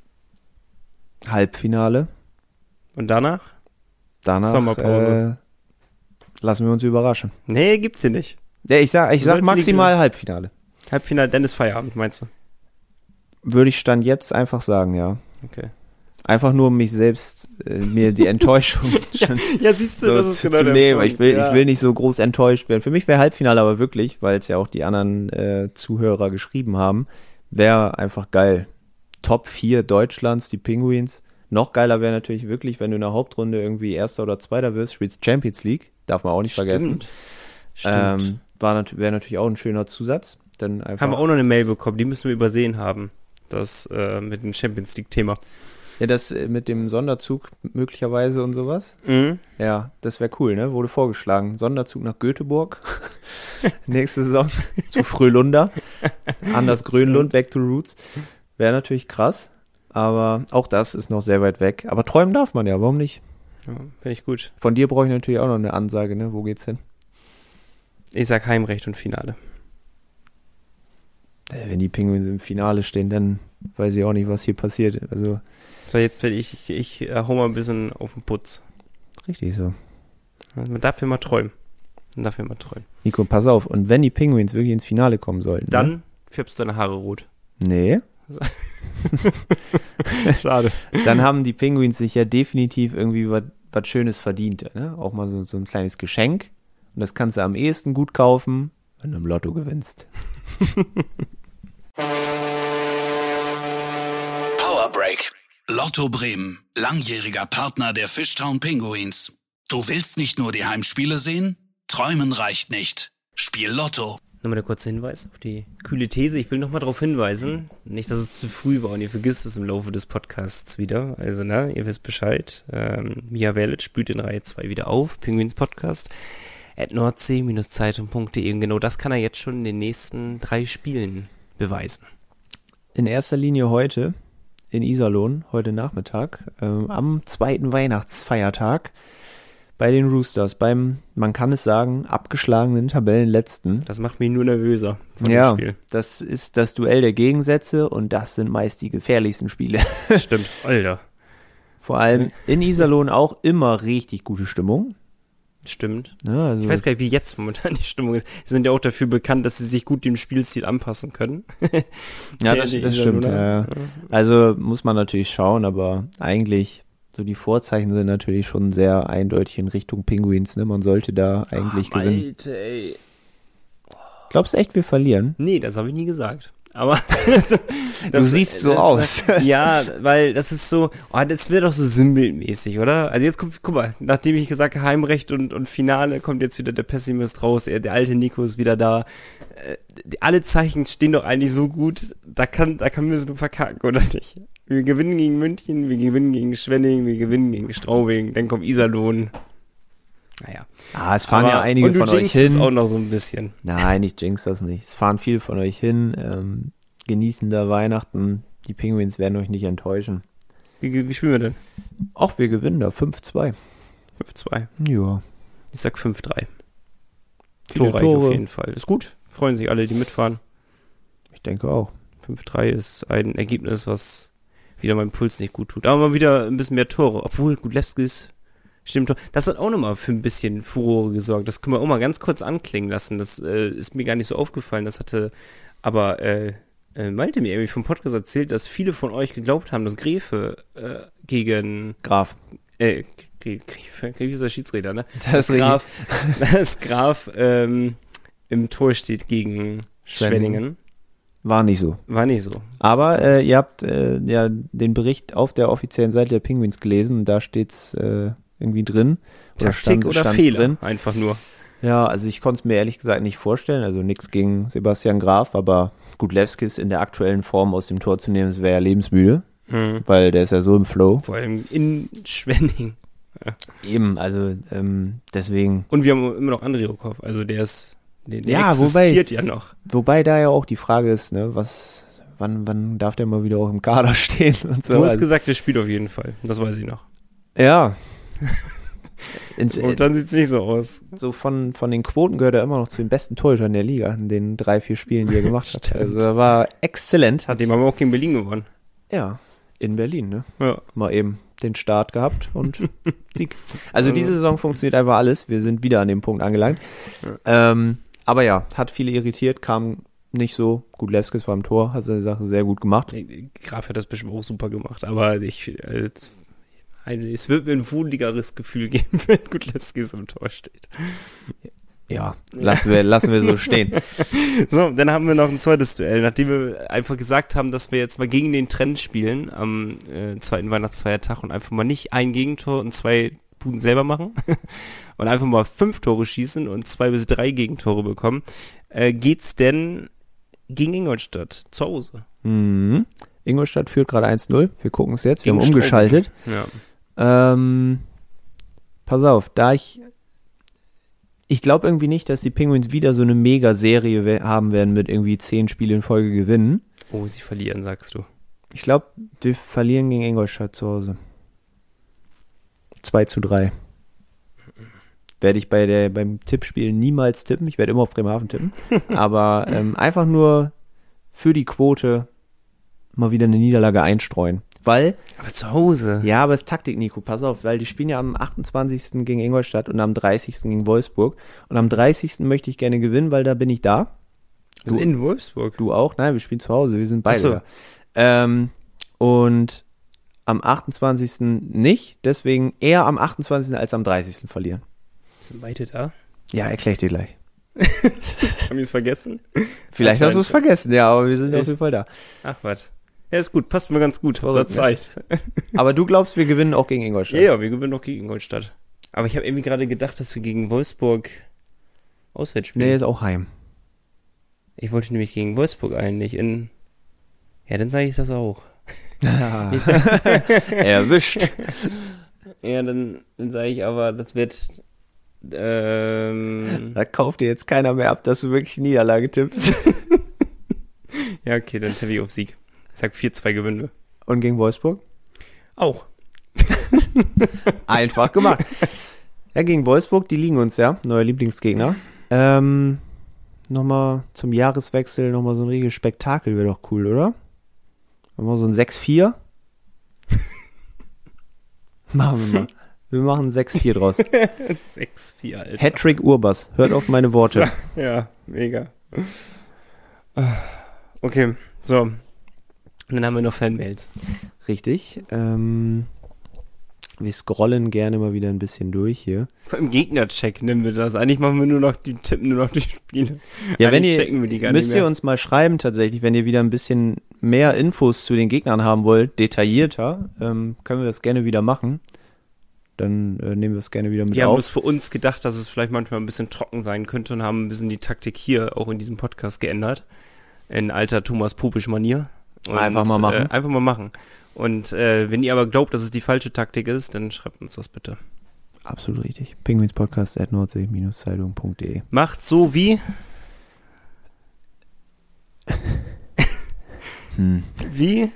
S3: Halbfinale.
S2: Und danach?
S3: Danach
S2: Sommerpause.
S3: Äh, lassen wir uns überraschen.
S2: Nee, gibt's hier nicht.
S3: Ja, ich sag, ich
S2: Du
S3: sag
S2: sollst
S3: maximal Halbfinale.
S2: Halbfinale, dann ist Feierabend, meinst du?
S3: Würde ich Stand jetzt einfach sagen, ja.
S2: Okay.
S3: Einfach nur, um mich selbst, äh, mir die Enttäuschung schon
S2: Ja, siehst
S3: so zu, zu nehmen. Ich will, ich will nicht so groß enttäuscht werden. Für mich wäre Halbfinale aber wirklich, weil es ja auch die anderen äh, Zuhörer geschrieben haben, wäre einfach geil. Top vier Deutschlands, die Penguins. Noch geiler wäre natürlich wirklich, wenn du in der Hauptrunde irgendwie Erster oder Zweiter wirst, spielst Champions League. Darf man auch nicht vergessen.
S2: Stimmt.
S3: Ähm, war nat- wäre natürlich auch ein schöner Zusatz. Dann einfach,
S2: Haben wir auch noch eine Mail bekommen, die müssen wir übersehen haben. Das äh, mit dem Champions League-Thema.
S3: ja, das äh, mit dem Sonderzug möglicherweise und sowas.
S2: Mhm.
S3: Ja, das wäre cool, ne? Wurde vorgeschlagen. Sonderzug nach Göteborg. Nächste Saison zu Frölunda. Anders Grönlund, back to roots. Wäre natürlich krass. Aber auch das ist noch sehr weit weg. Aber träumen darf man ja, warum nicht?
S2: Ja, finde ich gut.
S3: Von dir brauche ich natürlich auch noch eine Ansage, ne? Wo geht's hin?
S2: Ich sag Heimrecht und Finale.
S3: Äh, Wenn die Penguins im Finale stehen, dann weiß ich auch nicht, was hier passiert. Also,
S2: So, jetzt bin ich, ich, ich äh, hau mal ein bisschen auf den Putz.
S3: richtig so.
S2: Man darf ja mal träumen. Man darf ja mal träumen.
S3: Nico, pass auf. Und wenn die Penguins wirklich ins Finale kommen sollten,
S2: Dann
S3: ne?
S2: färbst du deine Haare rot.
S3: Nee.
S2: Schade.
S3: Dann haben die Penguins sich ja definitiv irgendwie was Schönes verdient. Ne? Auch mal so, so ein kleines Geschenk. Und das kannst du am ehesten gut kaufen, wenn du im Lotto gewinnst.
S4: Power Break. Lotto Bremen, langjähriger Partner der Fishtown Pinguins. Du willst nicht nur die Heimspiele sehen? Träumen reicht nicht. Spiel Lotto.
S2: Nochmal der kurze Hinweis auf die kühle These. Ich will nochmal darauf hinweisen, nicht, dass es zu früh war und ihr vergisst es im Laufe des Podcasts wieder. Also, na, ihr wisst Bescheid. Ähm, Mia Velic spielt in Reihe zwei wieder auf. Penguins Podcast at nordsee Zeitung punkt de. Und genau das kann er jetzt schon in den nächsten drei Spielen beweisen.
S3: In erster Linie heute in Iserlohn, heute Nachmittag, ähm, am zweiten Weihnachtsfeiertag, bei den Roosters, beim, man kann es sagen, abgeschlagenen Tabellenletzten.
S2: Das macht mich nur nervöser von
S3: Ja,
S2: dem Spiel.
S3: das ist das Duell der Gegensätze und das sind meist die gefährlichsten Spiele.
S2: Stimmt, Alter.
S3: Vor allem in Iserlohn auch immer richtig gute Stimmung.
S2: Stimmt.
S3: Ja, also
S2: Ich weiß gar nicht, wie jetzt momentan die Stimmung ist. Sie sind ja auch dafür bekannt, dass sie sich gut dem Spielstil anpassen können.
S3: ja,
S2: Der-
S3: das,
S2: die
S3: das stimmt.
S2: Iserlohner.
S3: Ja. Also muss man natürlich schauen, aber eigentlich so die Vorzeichen sind natürlich schon sehr eindeutig in Richtung Penguins. Ne? Man sollte da eigentlich
S2: Ach,
S3: gewinnen.
S2: Alter, ey.
S3: Glaubst du echt, wir verlieren?
S2: Nee, das habe ich nie gesagt. Aber
S3: Du siehst so aus.
S2: Ja, weil das ist so, oh, das wird doch so sinnbildmäßig, oder? Also jetzt kommt, guck mal, nachdem ich gesagt habe, Heimrecht und, und Finale, kommt jetzt wieder der Pessimist raus, er, der alte Nico ist wieder da. Äh, die, alle Zeichen stehen doch eigentlich so gut, da kann, da kann wir es nur verkacken, oder nicht? Wir gewinnen gegen München, wir gewinnen gegen Schwenning, wir gewinnen gegen Straubing, dann kommt Iserlohn. Naja.
S3: Ah, es fahren
S2: Aber-
S3: ja einige
S2: und du
S3: von euch
S2: jinxst es
S3: hin.
S2: auch noch so ein bisschen.
S3: Nein, ich jinx das nicht. Es fahren viele von euch hin, ähm, genießen da Weihnachten. Die Penguins werden euch nicht enttäuschen.
S2: Wie, wie spielen wir denn?
S3: Auch wir gewinnen da fünf zwei.
S2: fünf zwei.
S3: Ja.
S2: Ich sag fünf drei.
S3: Viele
S2: Torreich
S3: Tore.
S2: auf jeden Fall. Ist gut. Freuen sich alle, die mitfahren.
S3: Ich denke auch.
S2: fünf drei ist ein Ergebnis, was wieder meinem Puls nicht gut tut. Aber mal wieder ein bisschen mehr Tore. Obwohl, Gudlewskis stimmt. Das hat auch nochmal für ein bisschen Furore gesorgt. Das können wir auch mal ganz kurz anklingen lassen. Das äh, ist mir gar nicht so aufgefallen. Das hatte aber äh, äh, Malte mir irgendwie vom Podcast erzählt, dass viele von euch geglaubt haben, dass Gräfe äh, gegen
S3: Graf.
S2: äh, Gräfe, Gräfe ist der Schiedsrichter, ne?
S3: Das ist
S2: Graf, das Graf ähm, im Tor steht gegen
S3: Schwenningen.
S2: Schwenningen.
S3: War nicht so.
S2: War nicht so.
S3: Aber äh, ihr habt äh, ja den Bericht auf der offiziellen Seite der Penguins gelesen. Da steht's äh, irgendwie drin.
S2: Taktik
S3: stand-
S2: oder
S3: stand's
S2: Fehler?
S3: drin.
S2: Einfach nur.
S3: Ja, also ich konnte es mir ehrlich gesagt nicht vorstellen. Also nichts gegen Sebastian Graf, aber Gudlewskis in der aktuellen Form aus dem Tor zu nehmen, das wäre ja lebensmüde,
S2: Hm.
S3: weil der ist ja so im Flow.
S2: Vor allem in Schwenning.
S3: Eben, also ähm, deswegen.
S2: Und wir haben immer noch André Rukov. Also der ist, der, der
S3: Ja, wobei-
S2: existiert ja noch.
S3: Wobei da ja auch die Frage ist, ne, was, wann, wann darf der mal wieder auch im Kader stehen und so.
S2: Du hast
S3: Also,
S2: gesagt, der spielt auf jeden Fall. Das weiß ich noch.
S3: ja. Ins,
S2: Und dann sieht's nicht so aus.
S3: so von, von den Quoten gehört er immer noch zu den besten Torhütern der Liga, in den drei, vier Spielen, die er gemacht hat.
S2: Stimmt.
S3: Also er war exzellent. Hat
S2: Dem haben wir auch gegen Berlin gewonnen.
S3: ja, in Berlin, ne?
S2: Ja.
S3: Mal eben den Start gehabt und Sieg. Also diese Saison funktioniert einfach alles. Wir sind wieder an dem Punkt angelangt. Ähm, aber ja, hat viele irritiert, kam nicht so. Gudlewskis war im Tor, hat seine Sache sehr gut gemacht.
S2: Graf hat das bestimmt auch super gemacht. Aber ich, äh, ein, es wird mir ein wohligeres Gefühl geben, wenn Gudlewskis im Tor steht.
S3: Ja, lassen wir, lassen wir so stehen.
S2: So, dann haben wir noch ein zweites Duell, nachdem wir einfach gesagt haben, dass wir jetzt mal gegen den Trend spielen am äh, zweiten Weihnachtsfeiertag und einfach mal nicht ein Gegentor und zwei Buden selber machen und einfach mal fünf Tore schießen und zwei bis drei Gegentore bekommen, äh, geht's denn gegen Ingolstadt zu Hause?
S3: Mhm. Ingolstadt führt gerade eins null. Wir gucken es jetzt. Wir
S2: Gegen
S3: haben umgeschaltet.
S2: Ja.
S3: Ähm, pass auf, da ich ich glaube irgendwie nicht, dass die Penguins wieder so eine Mega-Serie we- haben werden mit irgendwie zehn Spiele in Folge gewinnen.
S2: Oh, sie verlieren, sagst du.
S3: Ich glaube, wir verlieren gegen Ingolstadt zu Hause. zwei zu drei. Werde ich bei der, beim Tippspiel niemals tippen. Ich werde immer auf Bremerhaven tippen. Aber ähm, einfach nur für die Quote mal wieder eine Niederlage einstreuen. Weil,
S2: Aber zu Hause?
S3: ja, aber es ist Taktik, Nico, pass auf, weil die spielen ja am achtundzwanzigsten gegen Ingolstadt und am dreißigsten gegen Wolfsburg. Und am dreißigsten möchte ich gerne gewinnen, weil da bin ich da.
S2: Also in Wolfsburg.
S3: Du auch? Nein, wir spielen zu Hause, wir sind beide
S2: Ach so.
S3: da. Ähm, und am achtundzwanzigsten nicht, deswegen eher am achtundzwanzigsten als am dreißigsten verlieren.
S2: Sind beide da?
S3: Ja, erkläre ich dir gleich.
S2: Haben die es vergessen?
S3: Vielleicht hast du es
S2: Anscheinend.
S3: vergessen, ja, aber wir sind auf
S2: Ich-
S3: jeden Fall da.
S2: Ach, was. Ja, ist gut. Passt mir ganz gut. Zur
S3: Verrückt, ne?
S2: Zeit.
S3: Aber du glaubst, wir gewinnen auch gegen Ingolstadt?
S2: Ja, ja, wir gewinnen noch gegen Ingolstadt. Aber ich habe irgendwie gerade gedacht, dass wir gegen Wolfsburg auswärts spielen.
S3: Nee, ist auch heim.
S2: Ich wollte nämlich gegen Wolfsburg eigentlich in... Ja, dann sage ich das auch.
S3: Erwischt.
S2: Ja, dann, dann sage ich aber, das wird... Ähm,
S3: Da kauft dir jetzt keiner mehr ab, dass du wirklich Niederlage tippst.
S2: ja, okay, dann tippe ich auf Sieg. Ich sag vier zwei gewinnen wir.
S3: Und gegen Wolfsburg?
S2: Auch.
S3: Einfach gemacht. Ja, gegen Wolfsburg, die liegen uns ja, neuer Lieblingsgegner. Ähm, nochmal zum Jahreswechsel, nochmal so ein riesiges Spektakel wäre doch cool, oder? Nochmal so ein sechs vier. Machen wir mal. Wir machen ein sechs vier draus.
S2: sechs vier, Alter.
S3: Hattrick Urbas. Hört auf meine Worte.
S2: Ja, mega. Okay, so. Und dann haben wir noch Fanmails.
S3: Richtig. Ähm, wir scrollen gerne mal wieder ein bisschen durch hier.
S2: Vor allem Gegnercheck nennen wir das. Eigentlich machen wir nur noch die, tippen nur noch die Spiele.
S3: Ja, wenn
S2: Eigentlich
S3: ihr,
S2: checken wir die gar
S3: müsst
S2: nicht mehr.
S3: ihr uns mal schreiben tatsächlich, wenn ihr wieder ein bisschen mehr Infos zu den Gegnern haben wollt, detaillierter, ähm, können wir das gerne wieder machen. Dann äh, nehmen wir es gerne wieder mit
S2: Wir haben
S3: auf.
S2: bloß für uns gedacht, dass es vielleicht manchmal ein bisschen trocken sein könnte und haben ein bisschen die Taktik hier auch in diesem Podcast geändert. In alter Thomas Popisch-Manier. Und,
S3: Einfach mal machen.
S2: Äh, einfach mal machen. Und äh, wenn ihr aber glaubt, dass es die falsche Taktik ist, dann schreibt uns das bitte.
S3: Absolut richtig. Penguinspodcast at nordsee Zeitung punkt de.
S2: Macht so wie?
S3: hm.
S2: Wie?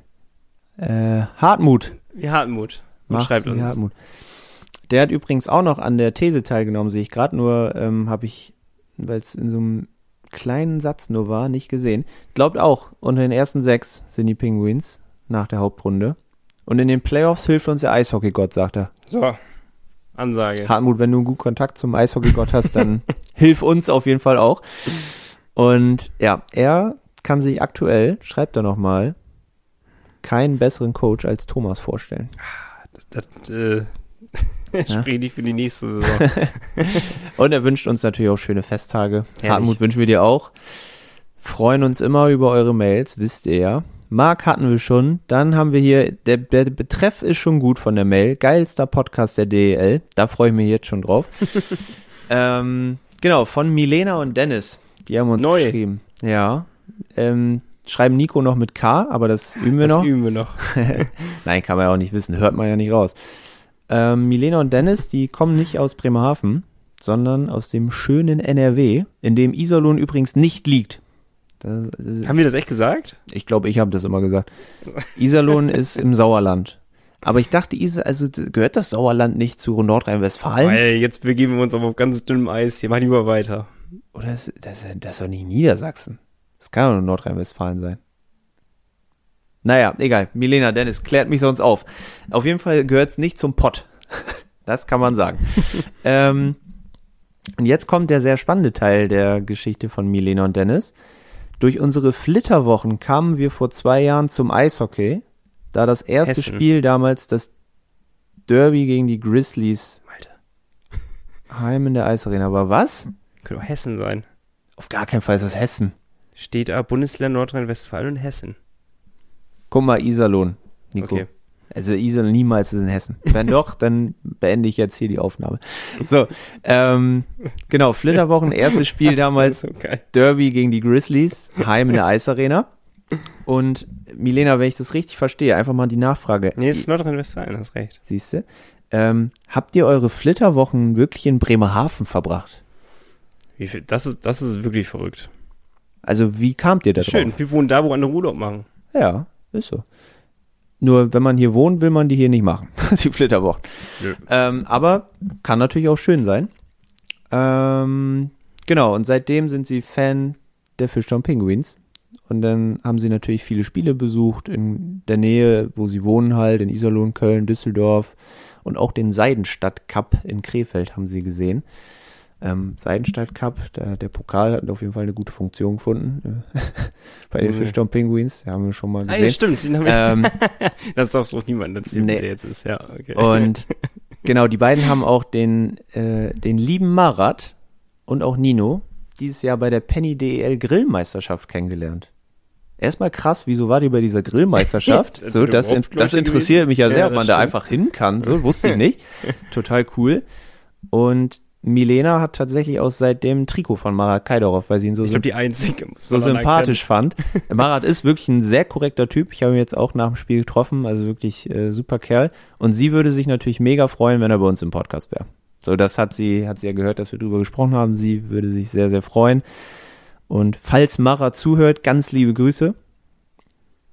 S3: Äh, Hartmut.
S2: Wie Hartmut. Und
S3: Macht's
S2: schreibt
S3: wie
S2: uns.
S3: Hartmut. Der hat übrigens auch noch an der These teilgenommen, sehe ich gerade, nur ähm, habe ich, weil es in so einem kleinen Satz nur war, nicht gesehen. Glaubt auch, unter den ersten sechs sind die Penguins nach der Hauptrunde. Und in den Playoffs hilft uns der Eishockeygott, sagt er.
S2: So, Ansage.
S3: Hartmut, wenn du einen guten Kontakt zum Eishockeygott hast, dann hilf uns auf jeden Fall auch. Und ja, er kann sich aktuell, schreibt er nochmal, keinen besseren Coach als Thomas vorstellen.
S2: Das, das äh,
S3: Ja?
S2: spreche ich für die nächste Saison.
S3: Und er wünscht uns natürlich auch schöne Festtage.
S2: Herrlich.
S3: Hartmut wünschen wir dir auch. Freuen uns immer über eure Mails, wisst ihr ja. Marc hatten wir schon. Dann haben wir hier, der, der Betreff ist schon gut von der Mail. Geilster Podcast der D E L. Da freue ich mich jetzt schon drauf. ähm, genau, von Milena und Dennis. Die haben uns
S2: Neu.
S3: geschrieben. Ja. Ähm, schreiben Nico noch mit K, aber das üben wir
S2: Das
S3: noch.
S2: üben wir noch.
S3: Nein, kann man ja auch nicht wissen. Hört man ja nicht raus. Ähm, Milena und Dennis, die kommen nicht aus Bremerhaven, sondern aus dem schönen N R W, in dem Iserlohn übrigens nicht liegt. Das, das,
S2: Haben wir das echt gesagt?
S3: ich glaube, ich habe das immer gesagt. Iserlohn ist im Sauerland. Aber ich dachte, Iser, also gehört das Sauerland nicht zu Nordrhein-Westfalen?
S2: Weil jetzt begeben wir uns aber auf ganz dünnem Eis. Hier, mach lieber weiter.
S3: Oder ist das, das ist doch nicht Niedersachsen? Das kann doch nur Nordrhein-Westfalen sein. Naja, egal. Milena, Dennis, klärt mich sonst auf. Auf jeden Fall gehört es nicht zum Pott. Das kann man sagen. ähm, und jetzt kommt der sehr spannende Teil der Geschichte von Milena und Dennis. Durch unsere Flitterwochen kamen wir vor zwei Jahren zum Eishockey, da das erste
S2: Hessen.
S3: Spiel damals das Derby gegen die Grizzlies
S2: Alter.
S3: heim in der Eisarena war. Was?
S2: Könnte auch Hessen sein.
S3: Auf gar keinen Fall ist das Hessen.
S2: Steht da Bundesland Nordrhein-Westfalen und Hessen.
S3: Guck mal, Iserlohn, Nico.
S2: Okay.
S3: Also Iserlohn niemals ist in Hessen. Wenn doch, dann beende ich jetzt hier die Aufnahme. So, ähm, genau, Flitterwochen, erstes Spiel damals,
S2: So geil.
S3: Derby gegen die Grizzlies, heim in der Eisarena. Und Milena, wenn ich das richtig verstehe, einfach mal die Nachfrage.
S2: Nee, es ist Nordrhein-Westfalen, hast recht.
S3: Siehst du? Ähm, habt ihr eure Flitterwochen wirklich in Bremerhaven verbracht?
S2: Wie viel? Das ist, das ist wirklich verrückt.
S3: Also wie kamt ihr da drauf?
S2: Schön, wir wohnen da, wo andere Urlaub machen.
S3: Ja, ist so. Nur wenn man hier wohnt, will man die hier nicht machen. Die Flitterwochen.
S2: Nö.
S3: Ähm, aber kann natürlich auch schön sein. Ähm, genau, und seitdem sind sie Fan der Fishtown Penguins. Und dann haben sie natürlich viele Spiele besucht in der Nähe, wo sie wohnen halt, in Iserlohn, Köln, Düsseldorf und auch den Seidenstadt Cup in Krefeld haben sie gesehen. Ähm, Seidenstadt Cup, der, der Pokal hat auf jeden Fall eine gute Funktion gefunden äh, bei den
S2: Mhm.
S3: Fishtown Penguins, haben wir schon mal
S2: Ah,
S3: gesehen.
S2: ja, stimmt. Den haben wir,
S3: ähm,
S2: das darf auch niemand erzählen,
S3: nee.
S2: wer der jetzt ist. Ja, okay.
S3: Und genau, die beiden haben auch den, äh, den lieben Marat und auch Nino dieses Jahr bei der Penny D E L Grillmeisterschaft kennengelernt. Erstmal krass, wieso war die bei dieser Grillmeisterschaft?
S2: Das
S3: so,
S2: ist
S3: das, in,
S2: überhaupt
S3: das
S2: Leute
S3: interessiert
S2: gewesen.
S3: mich ja sehr,
S2: Ja,
S3: ob man
S2: das
S3: da
S2: stimmt.
S3: einfach hin kann. So, wusste ich nicht. Total cool. Und Milena hat tatsächlich auch seitdem ein Trikot von Marat Kajdorov, weil sie ihn so,
S2: Ich glaube, die einzige. Muss
S3: so
S2: man
S3: sympathisch fand. Marat ist wirklich ein sehr korrekter Typ. Ich habe ihn jetzt auch nach dem Spiel getroffen, also wirklich äh, super Kerl. Und sie würde sich natürlich mega freuen, wenn er bei uns im Podcast wäre. So, das hat sie, hat sie ja gehört, dass wir drüber gesprochen haben. Sie würde sich sehr, sehr freuen. Und falls Marat zuhört, ganz liebe Grüße.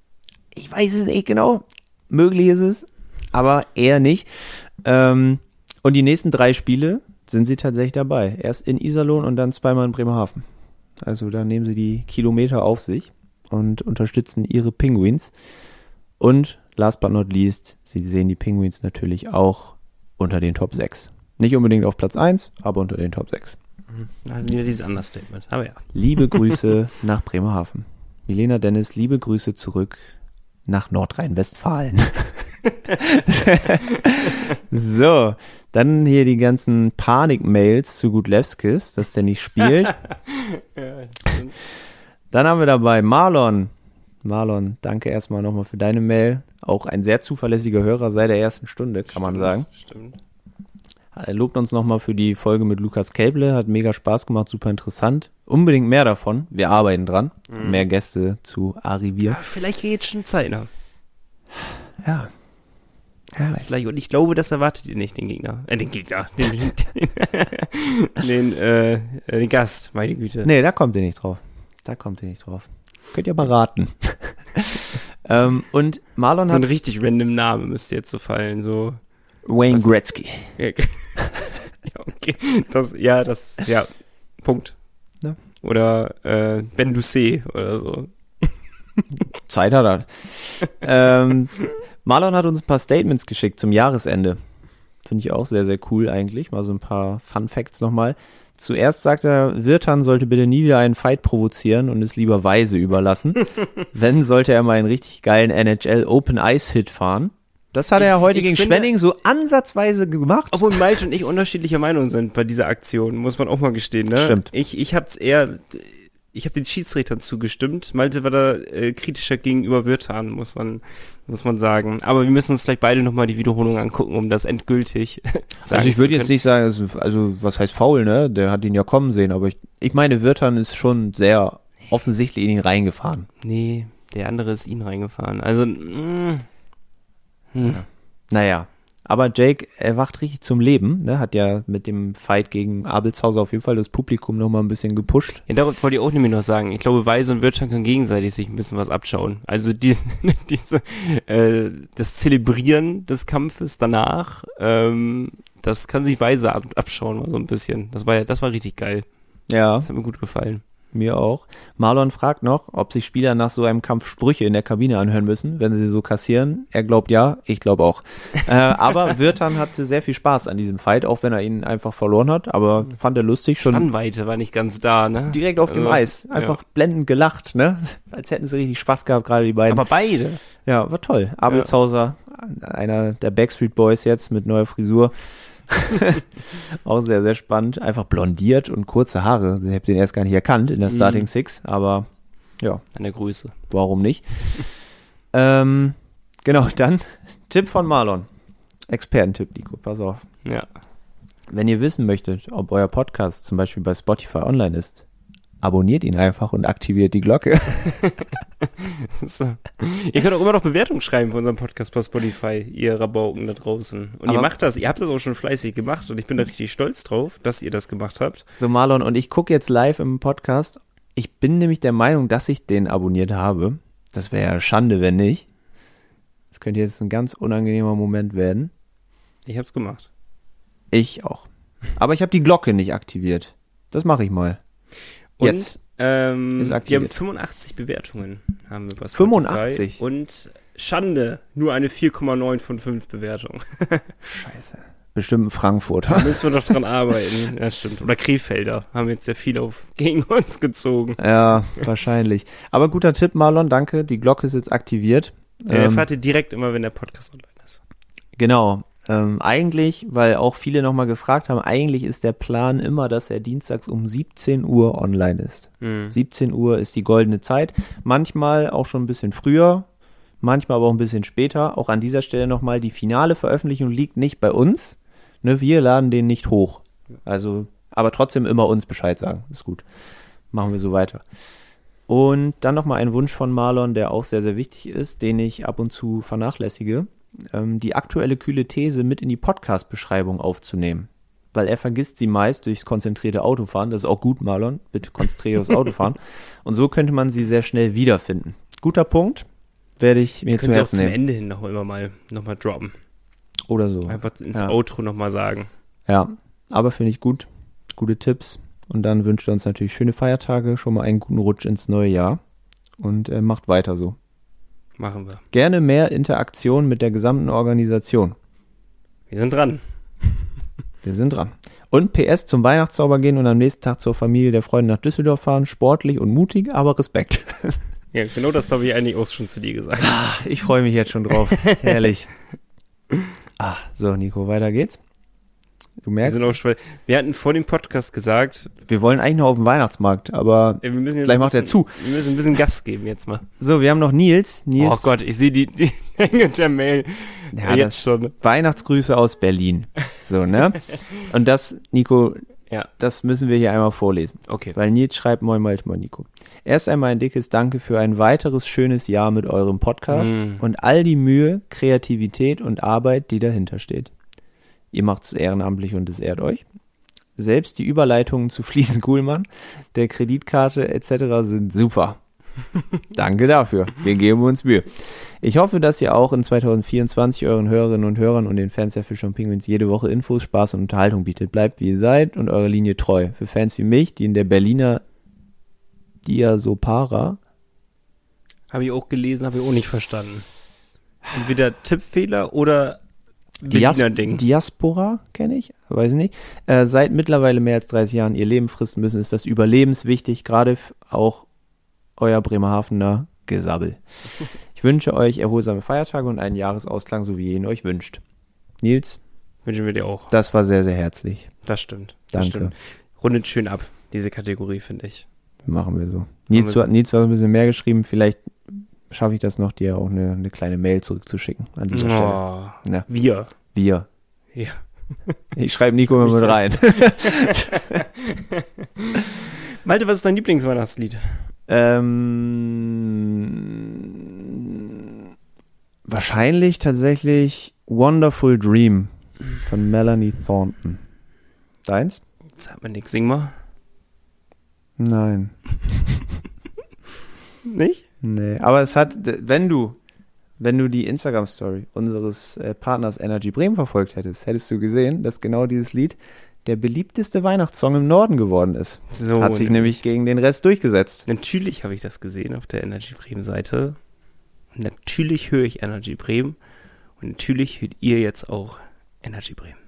S3: Ich weiß es nicht genau. Möglich ist es, aber eher nicht. Ähm, Und die nächsten drei Spiele sind sie tatsächlich dabei. Erst in Iserlohn und dann zweimal in Bremerhaven. Also da nehmen sie die Kilometer auf sich und unterstützen ihre Penguins. Und last but not least, sie sehen die Penguins natürlich auch unter den Top sechs. Nicht unbedingt auf Platz eins, aber unter den Top sechs.
S2: Mhm. Wieder dieses Understatement, aber ja.
S3: Liebe Grüße nach Bremerhaven. Milena Dennis, liebe Grüße zurück nach Nordrhein-Westfalen. So, dann hier die ganzen Panik-Mails zu Gudlewskis, dass der nicht spielt. Dann haben wir dabei Marlon. Marlon, danke erstmal nochmal für deine Mail. Auch ein sehr zuverlässiger Hörer seit der ersten Stunde, kann
S2: stimmt,
S3: man sagen.
S2: Stimmt.
S3: Er lobt uns nochmal für die Folge mit Lukas Käble, hat mega Spaß gemacht, super interessant. Unbedingt mehr davon, wir arbeiten dran, mhm. mehr Gäste zu arrivieren.
S2: Ja, vielleicht geht schon Zeit, ne?
S3: Ja. Ja,
S2: vielleicht. Und ich glaube, das erwartet ihr nicht, den Gegner. Äh, den Gegner. Den, den, äh, den Gast, meine Güte.
S3: Nee, da kommt ihr nicht drauf. Da kommt ihr nicht drauf. Könnt ihr mal raten. ähm, und Marlon
S2: so
S3: hat...
S2: So ein richtig random Name müsste jetzt so fallen, so...
S3: Wayne Gretzky.
S2: Ja, okay. Das, ja, das, ja, Punkt.
S3: Ja.
S2: Oder äh, Ben Doucet oder so.
S3: Zeit hat er. ähm, Marlon hat uns ein paar Statements geschickt zum Jahresende. Finde ich auch sehr, sehr cool eigentlich. Mal so ein paar Fun Facts nochmal. Zuerst sagt er, Wirtan sollte bitte nie wieder einen Fight provozieren und es lieber Weise überlassen. Wenn, sollte er mal einen richtig geilen N H L Open Ice Hit fahren. Das hat er ja heute gegen finde, Schwenning so ansatzweise gemacht.
S2: Obwohl Malte und ich unterschiedlicher Meinung sind bei dieser Aktion, muss man auch mal gestehen, ne?
S3: Stimmt.
S2: Ich, ich hab's eher, ich habe den Schiedsrichtern zugestimmt. Malte war da äh, kritischer gegenüber Wirtan, muss man, muss man sagen. Aber wir müssen uns vielleicht beide nochmal die Wiederholung angucken, um das endgültig sagen
S3: Also ich würde jetzt nicht sagen, also, also was heißt faul, ne? Der hat ihn ja kommen sehen, aber ich, ich meine, Wirtan ist schon sehr offensichtlich in ihn reingefahren.
S2: Nee, der andere ist ihn reingefahren. Also, mh. Hm.
S3: Ja. Naja, aber Jake erwacht richtig zum Leben, ne? Hat ja mit dem Fight gegen Abelshauser auf jeden Fall das Publikum nochmal ein bisschen gepusht.
S2: Ja, darauf wollte ich auch nämlich noch sagen. Ich glaube, Weise und Wirtschan können gegenseitig sich ein bisschen was abschauen. Also die, diese, äh, das Zelebrieren des Kampfes danach, ähm, das kann sich Weise ab, abschauen mal so ein bisschen. Das war ja, das war richtig geil.
S3: Ja.
S2: Das hat mir gut gefallen.
S3: Mir auch. Marlon fragt noch, ob sich Spieler nach so einem Kampf Sprüche in der Kabine anhören müssen, wenn sie so kassieren. Er glaubt ja, ich glaube auch. äh, aber Wirtan hatte sehr viel Spaß an diesem Fight, auch wenn er ihn einfach verloren hat, aber fand er lustig. Schon
S2: Spannweite war nicht ganz da, ne?
S3: Direkt auf dem
S2: also,
S3: Eis. Einfach ja. blendend gelacht, ne? Als hätten sie richtig Spaß gehabt, gerade die beiden.
S2: Aber beide.
S3: Ja, war toll. Abelshauser, ja. einer der Backstreet Boys jetzt mit neuer Frisur. Auch sehr, sehr spannend. Einfach blondiert und kurze Haare. Ich habe den erst gar nicht erkannt in der Starting mm. Six, aber ja.
S2: An der Größe.
S3: Warum nicht? ähm, genau, dann Tipp von Marlon. Expertentipp, Nico, pass auf.
S2: Ja.
S3: Wenn ihr wissen möchtet, ob euer Podcast zum Beispiel bei Spotify online ist, abonniert ihn einfach und aktiviert die Glocke.
S2: So. Ihr könnt auch immer noch Bewertungen schreiben für unseren Podcast bei Spotify, ihr Rabauken da draußen. Und aber ihr macht das, ihr habt das auch schon fleißig gemacht und ich bin da richtig stolz drauf, dass ihr das gemacht habt.
S3: So, Marlon, und ich gucke jetzt live im Podcast. Ich bin nämlich der Meinung, dass ich den abonniert habe. Das wäre ja Schande, wenn nicht. Das könnte jetzt ein ganz unangenehmer Moment werden.
S2: Ich hab's gemacht.
S3: Ich auch. Aber ich habe die Glocke nicht aktiviert. Das mache ich mal.
S2: Und,
S3: Jetzt.
S2: Ähm, wir haben fünfundachtzig Bewertungen. Haben wir bei Spotify.
S3: fünfundachtzig?
S2: Und Schande, nur eine vier Komma neun von fünf Bewertung.
S3: Scheiße. Bestimmt ein Frankfurter.
S2: Da müssen wir doch dran arbeiten. Ja, stimmt. Oder Krefelder haben jetzt sehr viel auf gegen uns gezogen.
S3: Ja, wahrscheinlich. Aber guter Tipp, Marlon, danke. Die Glocke ist jetzt aktiviert.
S2: Ja, ähm, erfahrt ihr direkt immer, wenn der Podcast online ist.
S3: Genau. Ähm, eigentlich, weil auch viele nochmal gefragt haben, eigentlich ist der Plan immer, dass er dienstags um siebzehn Uhr online ist. Mhm. siebzehn Uhr ist die goldene Zeit. Manchmal auch schon ein bisschen früher, manchmal aber auch ein bisschen später. Auch an dieser Stelle nochmal, die finale Veröffentlichung liegt nicht bei uns. Ne, wir laden den nicht hoch. Also, aber trotzdem immer uns Bescheid sagen. Ist gut. Machen wir so weiter. Und dann nochmal ein Wunsch von Marlon, der auch sehr, sehr wichtig ist, den ich ab und zu vernachlässige. Die aktuelle kühle These mit in die Podcast-Beschreibung aufzunehmen. Weil er vergisst sie meist durchs konzentrierte Autofahren. Das ist auch gut, Marlon. Bitte konzentriere aufs Autofahren. Und so könnte man sie sehr schnell wiederfinden. Guter Punkt. Werde ich mir zu Herzen nehmen.
S2: Zum Ende hin noch immer mal, noch mal droppen.
S3: Oder so.
S2: Einfach ins
S3: ja.
S2: Outro nochmal sagen.
S3: Ja, aber finde ich gut. Gute Tipps. Und dann wünscht er uns natürlich schöne Feiertage, schon mal einen guten Rutsch ins neue Jahr. Und äh, macht weiter so.
S2: Machen wir.
S3: Gerne mehr Interaktion mit der gesamten Organisation.
S2: Wir sind dran.
S3: Wir sind dran. Und P S zum Weihnachtszauber gehen und am nächsten Tag zur Familie der Freunde nach Düsseldorf fahren. Sportlich und mutig, aber Respekt.
S2: Ja, genau das habe ich eigentlich auch schon zu dir gesagt.
S3: Ich freue mich jetzt schon drauf. Herrlich. Ah, so, Nico, weiter geht's. Du merkst,
S2: wir, sind auch schwer. Wir hatten vor dem Podcast gesagt,
S3: wir wollen eigentlich noch auf den Weihnachtsmarkt, aber
S2: wir müssen jetzt
S3: gleich macht
S2: bisschen,
S3: er zu.
S2: Wir müssen ein bisschen Gas geben jetzt mal.
S3: So, wir haben noch Nils. Nils.
S2: Oh Gott, ich sehe die, die Menge der Mail
S3: ja,
S2: jetzt schon.
S3: Weihnachtsgrüße aus Berlin. So, ne? Und das, Nico,
S2: ja.
S3: das müssen wir hier einmal vorlesen.
S2: Okay.
S3: Weil Nils schreibt, moin Malte, moin Nico. Erst einmal ein dickes Danke für ein weiteres schönes Jahr mit eurem Podcast
S2: mm.
S3: und all die Mühe, Kreativität und Arbeit, die dahinter steht. Ihr macht es ehrenamtlich und es ehrt euch. Selbst die Überleitungen zu Fließen Kuhlmann, der Kreditkarte et cetera sind super. Danke dafür. Wir geben uns Mühe. Ich hoffe, dass ihr auch in zwanzig vierundzwanzig euren Hörerinnen und Hörern und den Fans der Fisch und Pinguins jede Woche Infos, Spaß und Unterhaltung bietet. Bleibt wie ihr seid und eure Linie treu. Für Fans wie mich, die in der Berliner Diasopara
S2: habe ich auch gelesen, habe ich auch nicht verstanden. Entweder Tippfehler oder
S3: Dias-
S2: Ding.
S3: Diaspora kenne ich, weiß ich nicht. Äh, seit mittlerweile mehr als dreißig Jahren ihr Leben fristen müssen, ist das überlebenswichtig, gerade f- auch euer Bremerhavener Gesabbel. Ich wünsche euch erholsame Feiertage und einen Jahresausklang, so wie ihr ihn euch wünscht. Nils,
S2: wünschen wir dir auch.
S3: das war sehr, sehr herzlich.
S2: Das stimmt. Das
S3: Danke.
S2: stimmt. Rundet schön ab, diese Kategorie, finde ich.
S3: Machen wir so. Nils,
S2: wir
S3: du,
S2: so.
S3: Nils hat ein bisschen mehr geschrieben, vielleicht schaffe ich das noch, dir auch eine, eine kleine Mail zurückzuschicken an dieser Stelle.
S2: Oh,
S3: Ja.
S2: wir.
S3: Wir.
S2: Ja.
S3: Ich schreibe Nico immer mit rein.
S2: Malte, was ist dein Lieblingsweihnachtslied?
S3: Ähm, wahrscheinlich tatsächlich Wonderful Dream von Melanie Thornton. Deins?
S2: Sag mal nix, sing mal.
S3: Nein.
S2: Nicht?
S3: Nee, aber es hat, wenn du, wenn du die Instagram-Story unseres äh, Partners Energy Bremen verfolgt hättest, hättest du gesehen, dass genau dieses Lied der beliebteste Weihnachtssong im Norden geworden ist.
S2: So,
S3: hat sich nämlich gegen den Rest durchgesetzt.
S2: Natürlich habe ich das gesehen auf der Energy Bremen Seite. Und natürlich höre ich Energy Bremen. Und natürlich hört ihr jetzt auch Energy Bremen.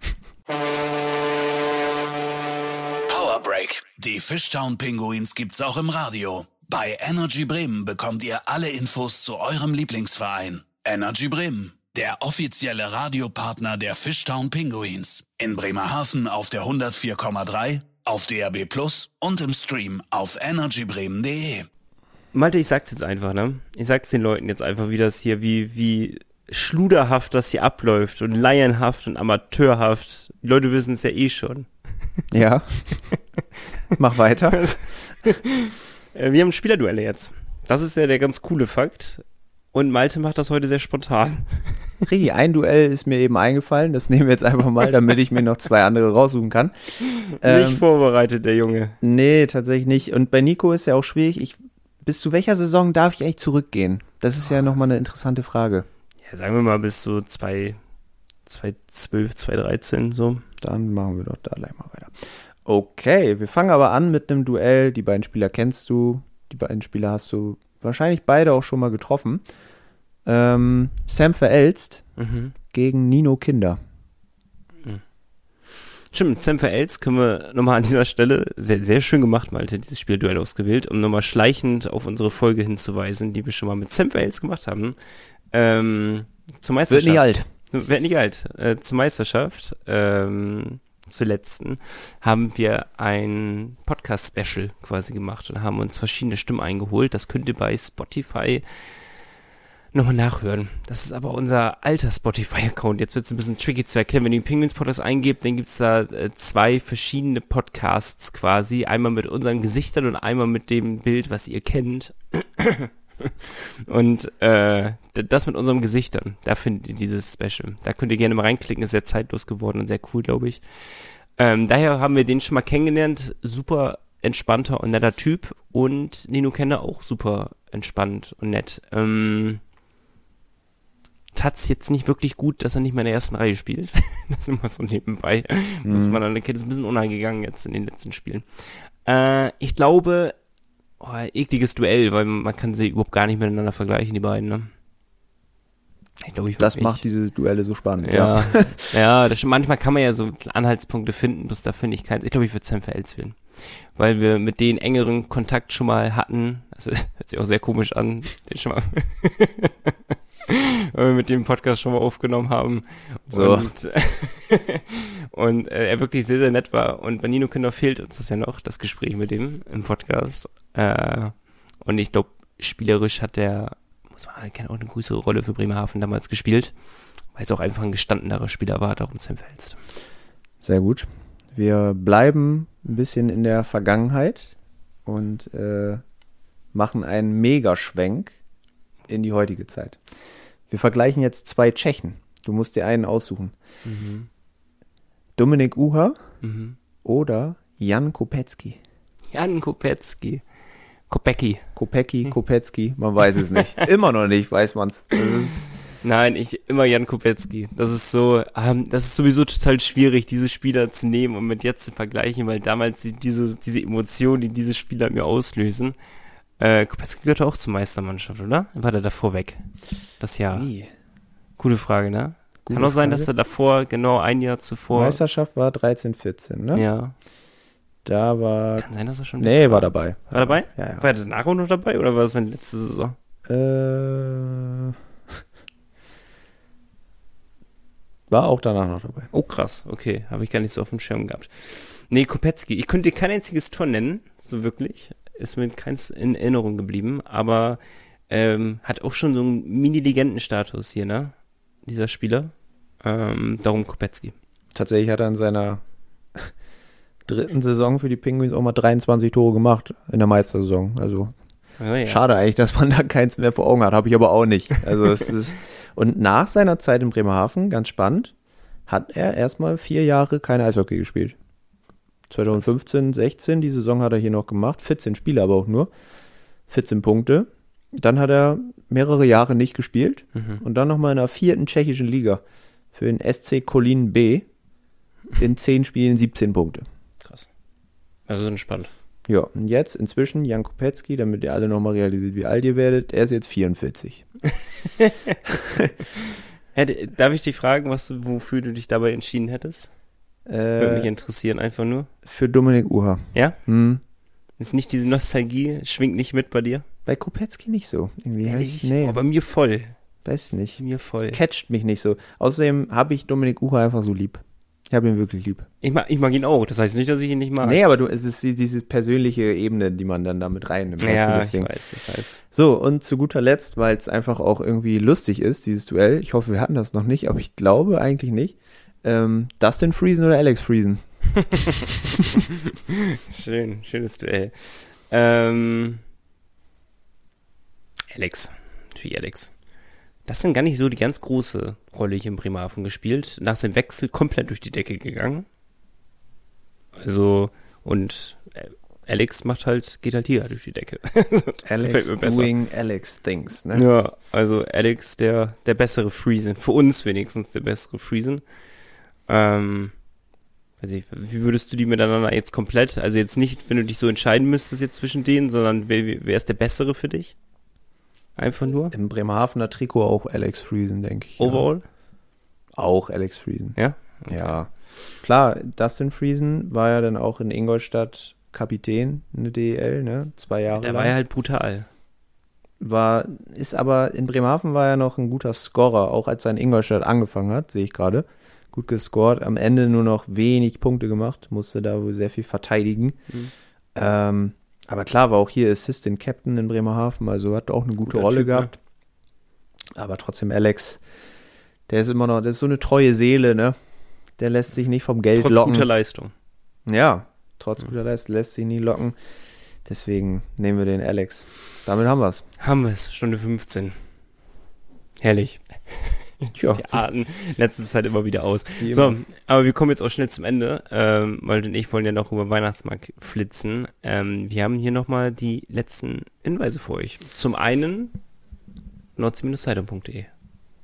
S4: Power Break. Die Fishtown Pinguins gibt's auch im Radio. Bei Energy Bremen bekommt ihr alle Infos zu eurem Lieblingsverein. Energy Bremen, der offizielle Radiopartner der Fishtown Pinguins. In Bremerhaven auf der hundertvier Komma drei, auf D A B Plus und im Stream auf energy bremen punkt de.
S2: Malte, ich sag's jetzt einfach, ne? Ich sag's den Leuten jetzt einfach, wie das hier, wie, wie schluderhaft das hier abläuft und laienhaft und amateurhaft. Die Leute wissen es ja eh schon.
S3: Ja. Mach weiter.
S2: Wir haben Spielerduelle jetzt. Das ist ja der ganz coole Fakt. Und Malte macht das heute sehr spontan.
S3: Rigi, ein Duell ist mir eben eingefallen. Das nehmen wir jetzt einfach mal, damit ich mir noch zwei andere raussuchen kann.
S2: Ähm, nicht vorbereitet, der Junge.
S3: Nee, tatsächlich nicht. Und bei Nico ist ja auch schwierig. Ich, bis zu welcher Saison darf ich eigentlich zurückgehen? Das ist ja nochmal eine interessante Frage.
S2: Ja, sagen wir mal bis so zwei, zwei zwölf, zwei dreizehn so.
S3: Dann machen wir doch da gleich mal weiter. Okay, wir fangen aber an mit einem Duell. Die beiden Spieler kennst du. Die beiden Spieler hast du wahrscheinlich beide auch schon mal getroffen. Ähm, Sam Verelst
S2: mhm.
S3: gegen Nino Kinder.
S2: Mhm. Stimmt, Sam Verelst können wir nochmal an dieser Stelle, sehr, sehr schön gemacht, Malte, dieses Spielduell ausgewählt, um nochmal schleichend auf unsere Folge hinzuweisen, die wir schon mal mit Sam Verelst gemacht haben. Ähm, zur Meisterschaft.
S3: Wird nicht alt.
S2: Wird nicht alt. Äh, zur Meisterschaft, ähm, zur letzten, haben wir ein Podcast-Special quasi gemacht und haben uns verschiedene Stimmen eingeholt. Das könnt ihr bei Spotify nochmal nachhören. Das ist aber unser alter Spotify-Account. Jetzt wird es ein bisschen tricky zu erklären. Wenn ihr den Penguins-Podcast eingebt, dann gibt es da äh, zwei verschiedene Podcasts quasi. Einmal mit unseren Gesichtern und einmal mit dem Bild, was ihr kennt. Und äh, das mit unseren Gesichtern, da findet ihr dieses Special. Da könnt ihr gerne mal reinklicken, ist sehr zeitlos geworden und sehr cool, glaube ich. Ähm, daher haben wir den schon mal kennengelernt. Super entspannter und netter Typ. Und Nino Kenner auch super entspannt und nett. Ähm, tat's jetzt nicht wirklich gut, dass er nicht mehr in der ersten Reihe spielt. Das ist immer so nebenbei. Mhm. Das man dann kennt, ist ein bisschen untergegangen jetzt in den letzten Spielen. Äh, ich glaube, oh, ekliges Duell, weil man kann sie überhaupt gar nicht miteinander vergleichen, die beiden, ne? Ich glaube, ich
S3: das
S2: mich,
S3: macht diese Duelle so spannend.
S2: Ja, ja, ja das, manchmal kann man ja so Anhaltspunkte finden, bloß da finde ich keins. Ich glaube, ich würde Sam Verels wählen. Weil wir mit denen engeren Kontakt schon mal hatten. Also, hört sich auch sehr komisch an, den schon mal weil wir mit dem Podcast schon mal aufgenommen haben.
S3: So.
S2: Und, und äh, er wirklich sehr, sehr nett war. Und bei Nino Kinder fehlt uns das ja noch, das Gespräch mit dem im Podcast. Äh, und ich glaube, spielerisch hat der muss man anerkennen, auch eine größere Rolle für Bremerhaven damals gespielt, weil es auch einfach ein gestandenerer Spieler war, darum Sam Verels.
S3: Sehr gut. Wir bleiben ein bisschen in der Vergangenheit und äh, machen einen Megaschwenk in die heutige Zeit. Wir vergleichen jetzt zwei Tschechen. Du musst dir einen aussuchen. Mhm. Dominik Uha mhm. oder Jan Kopecky.
S2: Jan Kopecky. Kopecky.
S3: Kopecky, Kopecky, man weiß es nicht. Immer noch nicht, weiß man's.
S2: Nein, ich immer Jan Kopecky. Das ist so, ähm, das ist sowieso total schwierig, diese Spieler zu nehmen und mit jetzt zu vergleichen, weil damals die, diese, diese Emotionen, die diese Spieler in mir auslösen. Äh, Kopecky gehörte auch zur Meistermannschaft, oder? War der davor weg? Das Jahr. Wie? Gute Frage, ne? Gute Kann auch sein, Frage. Dass er davor, genau ein Jahr zuvor...
S3: Meisterschaft war dreizehn vierzehn, ne?
S2: Ja.
S3: Da war...
S2: Kann sein, dass er schon...
S3: Nee, war, war dabei.
S2: War dabei?
S3: Ja, ja.
S2: War er danach auch noch dabei oder war das seine letzte Saison?
S3: Äh... War auch danach noch dabei.
S2: Oh, krass. Okay, habe ich gar nicht so auf dem Schirm gehabt. Nee, Kopecky. Ich könnte dir kein einziges Tor nennen, so wirklich. Ist mir keins in Erinnerung geblieben, aber ähm, hat auch schon so einen Mini-Legendenstatus hier, ne? Dieser Spieler. Ähm, darum Kopecky.
S3: Tatsächlich hat er in seiner dritten Saison für die Penguins auch mal dreiundzwanzig Tore gemacht in der Meistersaison. Also oh ja. Schade eigentlich, dass man da keins mehr vor Augen hat. Habe ich aber auch nicht. Also es ist und nach seiner Zeit in Bremerhaven, ganz spannend, hat er erstmal vier Jahre kein Eishockey gespielt. zwanzig fünfzehn, sechzehn, die Saison hat er hier noch gemacht. vierzehn Spiele aber auch nur. vierzehn Punkte. Dann hat er mehrere Jahre nicht gespielt. Mhm. Und dann nochmal in der vierten tschechischen Liga für den S C Kolín B in zehn Spielen siebzehn Punkte.
S2: Krass. Also entspannt.
S3: Ja, und jetzt inzwischen Jan Kopecky, damit ihr alle nochmal realisiert, wie alt ihr werdet, er ist jetzt vierundvierzig.
S2: Darf ich dich fragen, was, wofür du dich dabei entschieden hättest? Äh, Würde mich interessieren, einfach nur.
S3: Für Dominik Uha.
S2: Ja?
S3: Hm.
S2: Ist nicht diese Nostalgie, schwingt nicht mit bei dir?
S3: Bei Kopecky nicht so. Irgendwie
S2: ich, nee. Aber bei mir voll.
S3: Weiß nicht.
S2: Mir voll.
S3: Catcht mich nicht so. Außerdem habe ich Dominik Uha einfach so lieb. Ich habe ihn wirklich lieb.
S2: Ich mag, ich mag ihn auch. Das heißt nicht, dass ich ihn nicht mag.
S3: Nee, aber du, es ist diese persönliche Ebene, die man dann damit reinnimmt.
S2: Ja,
S3: weißt du,
S2: ich weiß, ich weiß.
S3: So, und zu guter Letzt, weil es einfach auch irgendwie lustig ist, dieses Duell. Ich hoffe, wir hatten das noch nicht, aber ich glaube eigentlich nicht. Ähm, Dustin Friesen oder Alex Friesen?
S2: Schön, schönes Duell. Ähm, Alex. Natürlich Alex. Das sind gar nicht so die ganz große Rolle hier in Bremerhaven gespielt. Nach seinem Wechsel komplett durch die Decke gegangen. Also, und Alex macht halt, geht halt hier durch die Decke.
S3: Alex doing Alex things, ne?
S2: Ja, also Alex, der, der bessere Friesen. Für uns wenigstens der bessere Friesen. Ähm, weiß ich, wie würdest du die miteinander jetzt komplett, also jetzt nicht, wenn du dich so entscheiden müsstest jetzt zwischen denen, sondern wer, wer ist der bessere für dich? Einfach nur?
S3: Im Bremerhavener Trikot auch Alex Friesen, denke ich.
S2: Overall?
S3: Ja. Auch Alex Friesen.
S2: Ja?
S3: Okay. Ja. Klar, Dustin Friesen war ja dann auch in Ingolstadt Kapitän in der D E L, ne? Zwei Jahre
S2: lang.
S3: Der
S2: war ja halt brutal.
S3: War, ist aber, in Bremerhaven war er noch ein guter Scorer, auch als er in Ingolstadt angefangen hat, sehe ich gerade. Gut gescored, am Ende nur noch wenig Punkte gemacht, musste da wohl sehr viel verteidigen. Mhm. Ähm, aber klar, war auch hier Assistant Captain in Bremerhaven, also hat auch eine gute Guter Rolle typ, gehabt. Ne? Aber trotzdem Alex, der ist immer noch, der ist so eine treue Seele, ne? Der lässt sich nicht vom Geld
S2: trotz
S3: locken.
S2: Trotz guter Leistung.
S3: Ja, trotz ja. guter Leistung lässt sich nie locken. Deswegen nehmen wir den Alex. Damit haben wir es.
S2: Haben wir es, Stunde fünfzehn. Herrlich.
S3: Ja.
S2: Die Arten letzte Zeit immer wieder aus. Wie so, immer. Aber wir kommen jetzt auch schnell zum Ende, ähm, weil und ich wollen ja noch über Weihnachtsmarkt flitzen. Ähm, wir haben hier nochmal die letzten Hinweise für euch. Zum einen nordsee Bindestrich zeitung punkt de.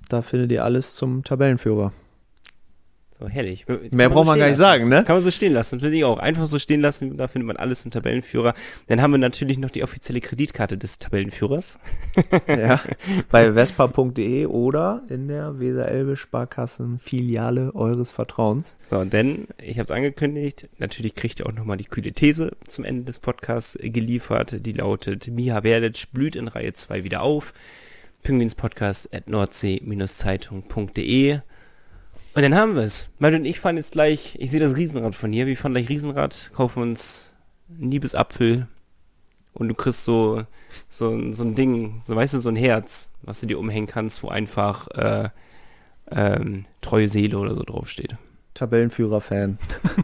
S3: Da findet ihr alles zum Tabellenführer.
S2: So, herrlich.
S3: Mehr braucht man gar nicht sagen, ne?
S2: Kann man so stehen lassen, finde ich auch. Einfach so stehen lassen, da findet man alles im Tabellenführer. Dann haben wir natürlich noch die offizielle Kreditkarte des Tabellenführers.
S3: Ja, bei vespa punkt de oder in der Weser-Elbe-Sparkassen-Filiale eures Vertrauens.
S2: So, denn, ich habe es angekündigt, natürlich kriegt ihr auch nochmal die kühle These zum Ende des Podcasts geliefert. Die lautet, Miha Berlic blüht in Reihe zwei wieder auf. Pinguinspodcast at nordsee Zeitung punkt de. Und dann haben wir es. Malte und ich fahren jetzt gleich, ich sehe das Riesenrad von hier, wir fahren gleich Riesenrad, kaufen uns einen Liebesapfel und du kriegst so, so, so ein Ding, so weißt du, so ein Herz, was du dir umhängen kannst, wo einfach äh, ähm, treue Seele oder so draufsteht.
S3: Tabellenführer-Fan.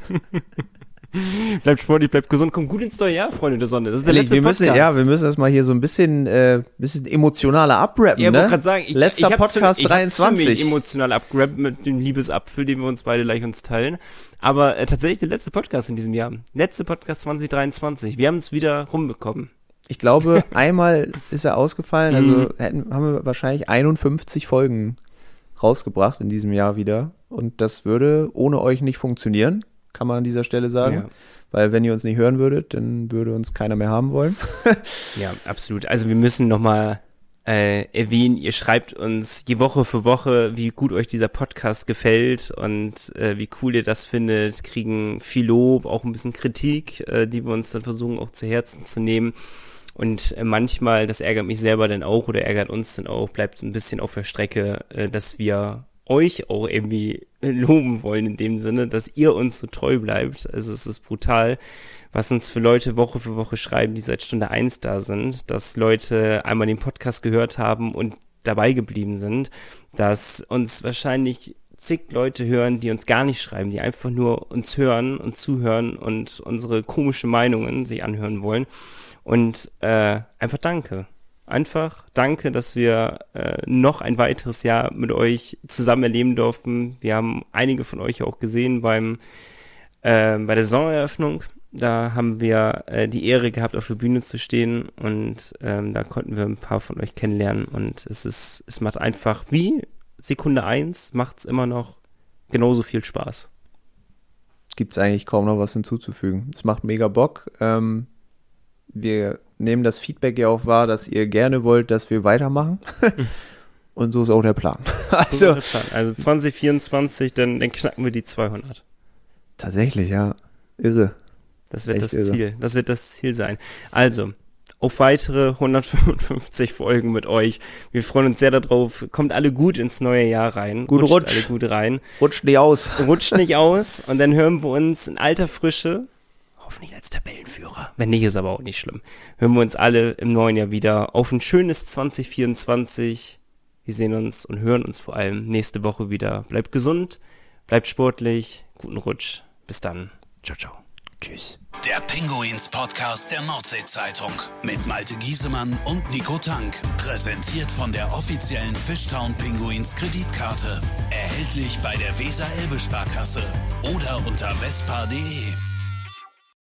S2: Bleibt sportlich, bleibt gesund, kommt gut ins neue Jahr, Freunde der Sonne. Das ist der
S3: Ehrlich,
S2: letzte
S3: wir müssen,
S2: Podcast.
S3: ja, wir müssen das mal hier so ein bisschen, äh, bisschen emotionaler abrappen,
S2: ja,
S3: ne?
S2: Ich wollte gerade sagen, ich,
S3: Letzter
S2: ich
S3: Podcast
S2: zu, ich
S3: dreiundzwanzig.
S2: Ich emotional abgerappt mit dem Liebesapfel, den wir uns beide gleich uns teilen. Aber äh, tatsächlich der letzte Podcast in diesem Jahr. Letzte Podcast zwanzig dreiundzwanzig. Wir haben es wieder rumbekommen.
S3: Ich glaube, einmal ist er ausgefallen, also hätten, haben wir wahrscheinlich einundfünfzig Folgen rausgebracht in diesem Jahr wieder. Und das würde ohne euch nicht funktionieren, kann man an dieser Stelle sagen. Ja. Weil wenn ihr uns nicht hören würdet, dann würde uns keiner mehr haben wollen.
S2: Ja, absolut. Also wir müssen nochmal äh, erwähnen, ihr schreibt uns je Woche für Woche, wie gut euch dieser Podcast gefällt und äh, wie cool ihr das findet, kriegen viel Lob, auch ein bisschen Kritik, äh, die wir uns dann versuchen auch zu Herzen zu nehmen. Und äh, manchmal, das ärgert mich selber dann auch oder ärgert uns dann auch, bleibt ein bisschen auf der Strecke, äh, dass wir euch auch irgendwie loben wollen in dem Sinne, dass ihr uns so treu bleibt. Also es ist brutal, was uns für Leute Woche für Woche schreiben, die seit Stunde eins da sind, dass Leute einmal den Podcast gehört haben und dabei geblieben sind, dass uns wahrscheinlich zig Leute hören, die uns gar nicht schreiben, die einfach nur uns hören und zuhören und unsere komischen Meinungen sich anhören wollen. Und äh, einfach danke. Einfach danke, dass wir äh, noch ein weiteres Jahr mit euch zusammen erleben durften. Wir haben einige von euch auch gesehen beim äh, bei der Saisoneröffnung. Da haben wir äh, die Ehre gehabt, auf der Bühne zu stehen und ähm, da konnten wir ein paar von euch kennenlernen und es ist, es macht einfach wie Sekunde eins, macht es immer noch genauso viel Spaß.
S3: Gibt's eigentlich kaum noch was hinzuzufügen. Es macht mega Bock. Ähm, wir nehmen das Feedback ja auch wahr, dass ihr gerne wollt, dass wir weitermachen. Und so ist auch der Plan. Also,
S2: so ist der Plan. Also zwanzig vierundzwanzig, dann, dann knacken wir die zweihundert.
S3: Tatsächlich, ja. Irre.
S2: Das wird
S3: Echt
S2: das
S3: irre.
S2: Ziel. Das wird das Ziel sein. Also, auf weitere hundertfünfundfünfzig Folgen mit euch. Wir freuen uns sehr darauf. Kommt alle gut ins neue Jahr rein.
S3: Gut
S2: Rutscht
S3: Rutsch.
S2: alle gut rein.
S3: Rutscht nicht aus.
S2: Rutscht nicht aus. Und dann hören wir uns in alter Frische, hoffentlich als Tabellenführer. Wenn nicht, ist aber auch nicht schlimm. Hören wir uns alle im neuen Jahr wieder auf ein schönes zwanzig vierundzwanzig. Wir sehen uns und hören uns vor allem nächste Woche wieder. Bleibt gesund, bleibt sportlich, guten Rutsch. Bis dann. Ciao, ciao. Tschüss.
S4: Der Pinguins-Podcast der Nordsee-Zeitung mit Malte Giesemann und Nico Tank. Präsentiert von der offiziellen Fishtown Pinguins Kreditkarte. Erhältlich bei der Weser-Elbe-Sparkasse oder unter vespa punkt de.